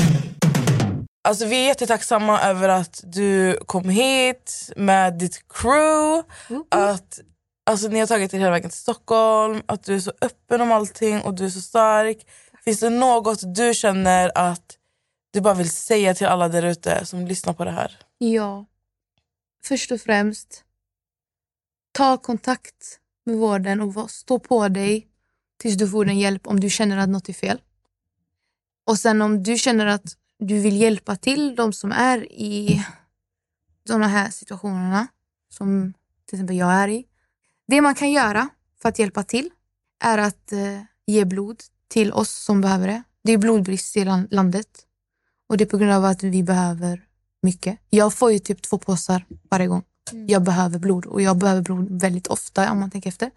Alltså vi är jättetacksamma över att du kom hit med ditt crew. Mm. Att alltså, ni har tagit er hela vägen till Stockholm. Att du är så öppen om allting och du är så stark. Finns det något du känner att du bara vill säga till alla där ute som lyssnar på det här? Ja. Först och främst, ta kontakt med vården och stå på dig tills du får den hjälp om du känner att något är fel. Och sen om du känner att du vill hjälpa till de som är i sådana här situationerna som till exempel jag är i. Det man kan göra för att hjälpa till är att eh, ge blod till oss som behöver det. Det är blodbrist i landet och det är på grund av att vi behöver mycket. Jag får ju typ två påsar varje gång. Mm. Jag behöver blod och jag behöver blod väldigt ofta om man tänker efter.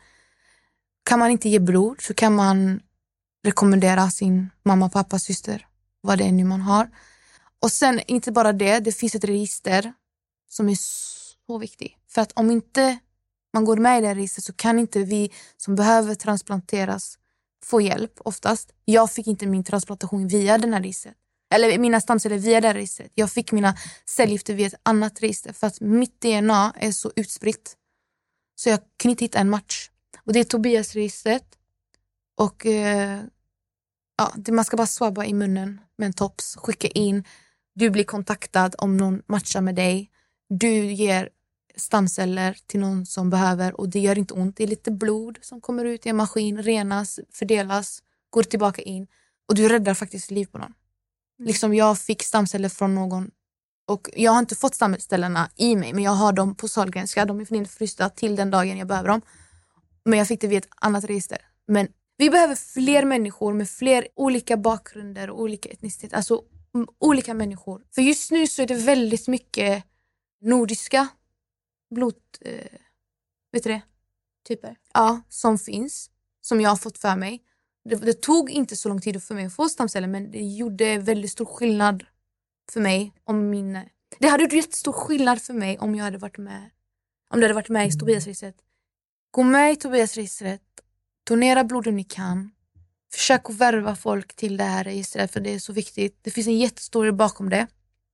Kan man inte ge blod så kan man rekommendera sin mamma, pappa, syster, vad det är nu man har. Och sen inte bara det, det finns ett register som är så viktigt. För att om inte man går med i det registret så kan inte vi som behöver transplanteras få hjälp oftast. Jag fick inte min transplantation via den här registret. Eller mina stamceller via det här registret. Jag fick mina cellgifter via ett annat register. För att mitt D N A är så utspritt. Så jag kunde inte hitta en match. Och det är Tobias-registret. Och eh, ja, det, man ska bara swabba i munnen med en tops. Skicka in. Du blir kontaktad om någon matchar med dig. Du ger stamceller till någon som behöver. Och det gör inte ont. Det är lite blod som kommer ut i en maskin. Renas, fördelas, går tillbaka in. Och du räddar faktiskt liv på någon. Mm. Liksom jag fick stamceller från någon. Och jag har inte fått stamcellerna i mig. Men jag har dem på Sahlgrenska. De är frysta till den dagen jag behöver dem. Men jag fick det via ett annat register. Men vi behöver fler människor med fler olika bakgrunder och olika etnicitet. Alltså m- olika människor. För just nu så är det väldigt mycket nordiska blod... Eh, vet du det? Typer? Ja, som finns. Som jag har fått för mig. Det, det tog inte så lång tid för mig att få stamceller. Men det gjorde väldigt stor skillnad för mig. Om min, det hade gjort jättestor skillnad för mig om jag hade varit med. Om det hade varit med i Tobias-registret. Gå med i Tobias-registret. Donera blod om ni kan. Försök att värva folk till det här registret. För det är så viktigt. Det finns en jättestor bakom det.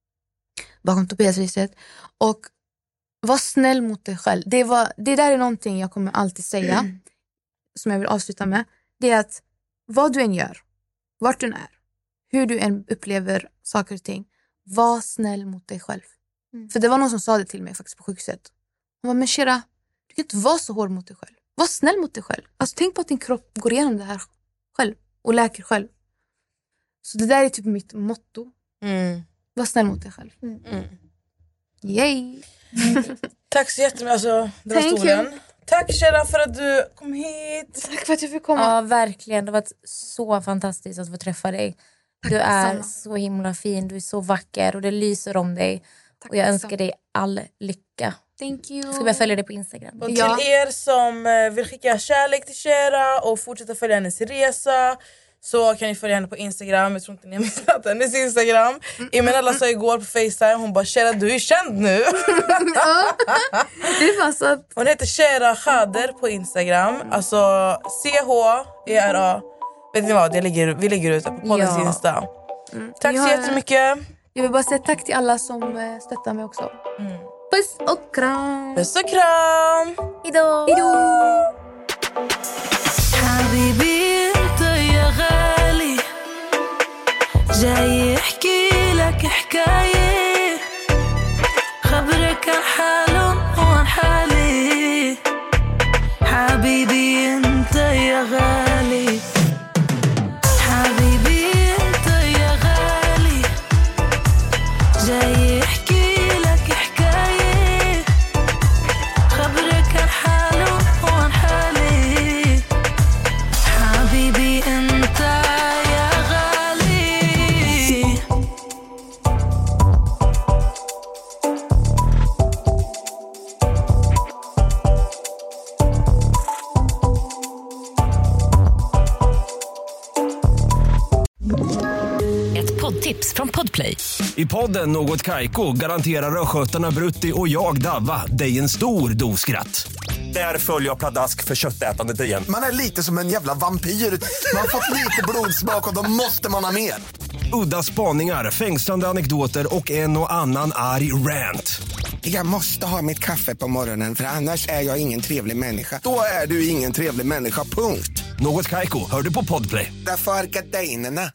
Bakom Tobias-registret. Och var snäll mot dig själv. Det, var, det där är någonting jag kommer alltid säga. Mm. Som jag vill avsluta med. Det är att vad du än gör. Vart du än är. Hur du än upplever saker och ting. Var snäll mot dig själv. Mm. För det var någon som sa det till mig faktiskt på sjukhuset. Hon var, men Shira, du kan inte vara så hård mot dig själv. Var snäll mot dig själv. Alltså tänk på att din kropp går igenom det här själv. Och läker själv. Så det där är typ mitt motto. Mm. Var snäll mot dig själv. Mm. Mm. Yay! Tack så jättemycket. Alltså, det var stolen. Tack Shira för att du kom hit. Tack för att jag fick komma. Ja, verkligen. Det var så fantastiskt att få träffa dig. Tack, du är samma. Så himla fin. Du är så vacker och det lyser om dig. Tack, och jag önskar samma. dig all lycka. Thank you. Ska jag följa dig på Instagram? Och till ja. er som vill skicka kärlek till Shira och fortsätta följa hennes resa, så kan ni följa henne på Instagram. Jag tror inte ni har missat hennes Instagram. Emelala sa igår på FaceTime, hon bara, Shira, du är känd nu. Det var så. Hon heter Shira Khader på Instagram. Alltså C H E R A. Vet ni vad, jag lägger, vi lägger ut det på poddens ja. Insta. Mm. Tack så jättemycket. Jag vill bara säga tack till alla som stöttar mig också. Mm. Puss och kram. Puss och kram. Hejdå. Hejdå. حبيبي انت يا غالي جاي احكي لك حكاية poddtips från Podplay. I podden Något Kaiko garanterar östgötarna Brutti och jag Davva dig en stor dos skratt. Där följer jag pladask för köttätandet igen. Man är lite som en jävla vampyr. Man har fått lite blodsmak och då måste man ha mer. Udda spaningar, fängslande anekdoter och en och annan arg rant. Jag måste ha mitt kaffe på morgonen, för annars är jag ingen trevlig människa. Då är du ingen trevlig människa, punkt. Något Kaiko, hör du på Podplay. Därför är gardinerna.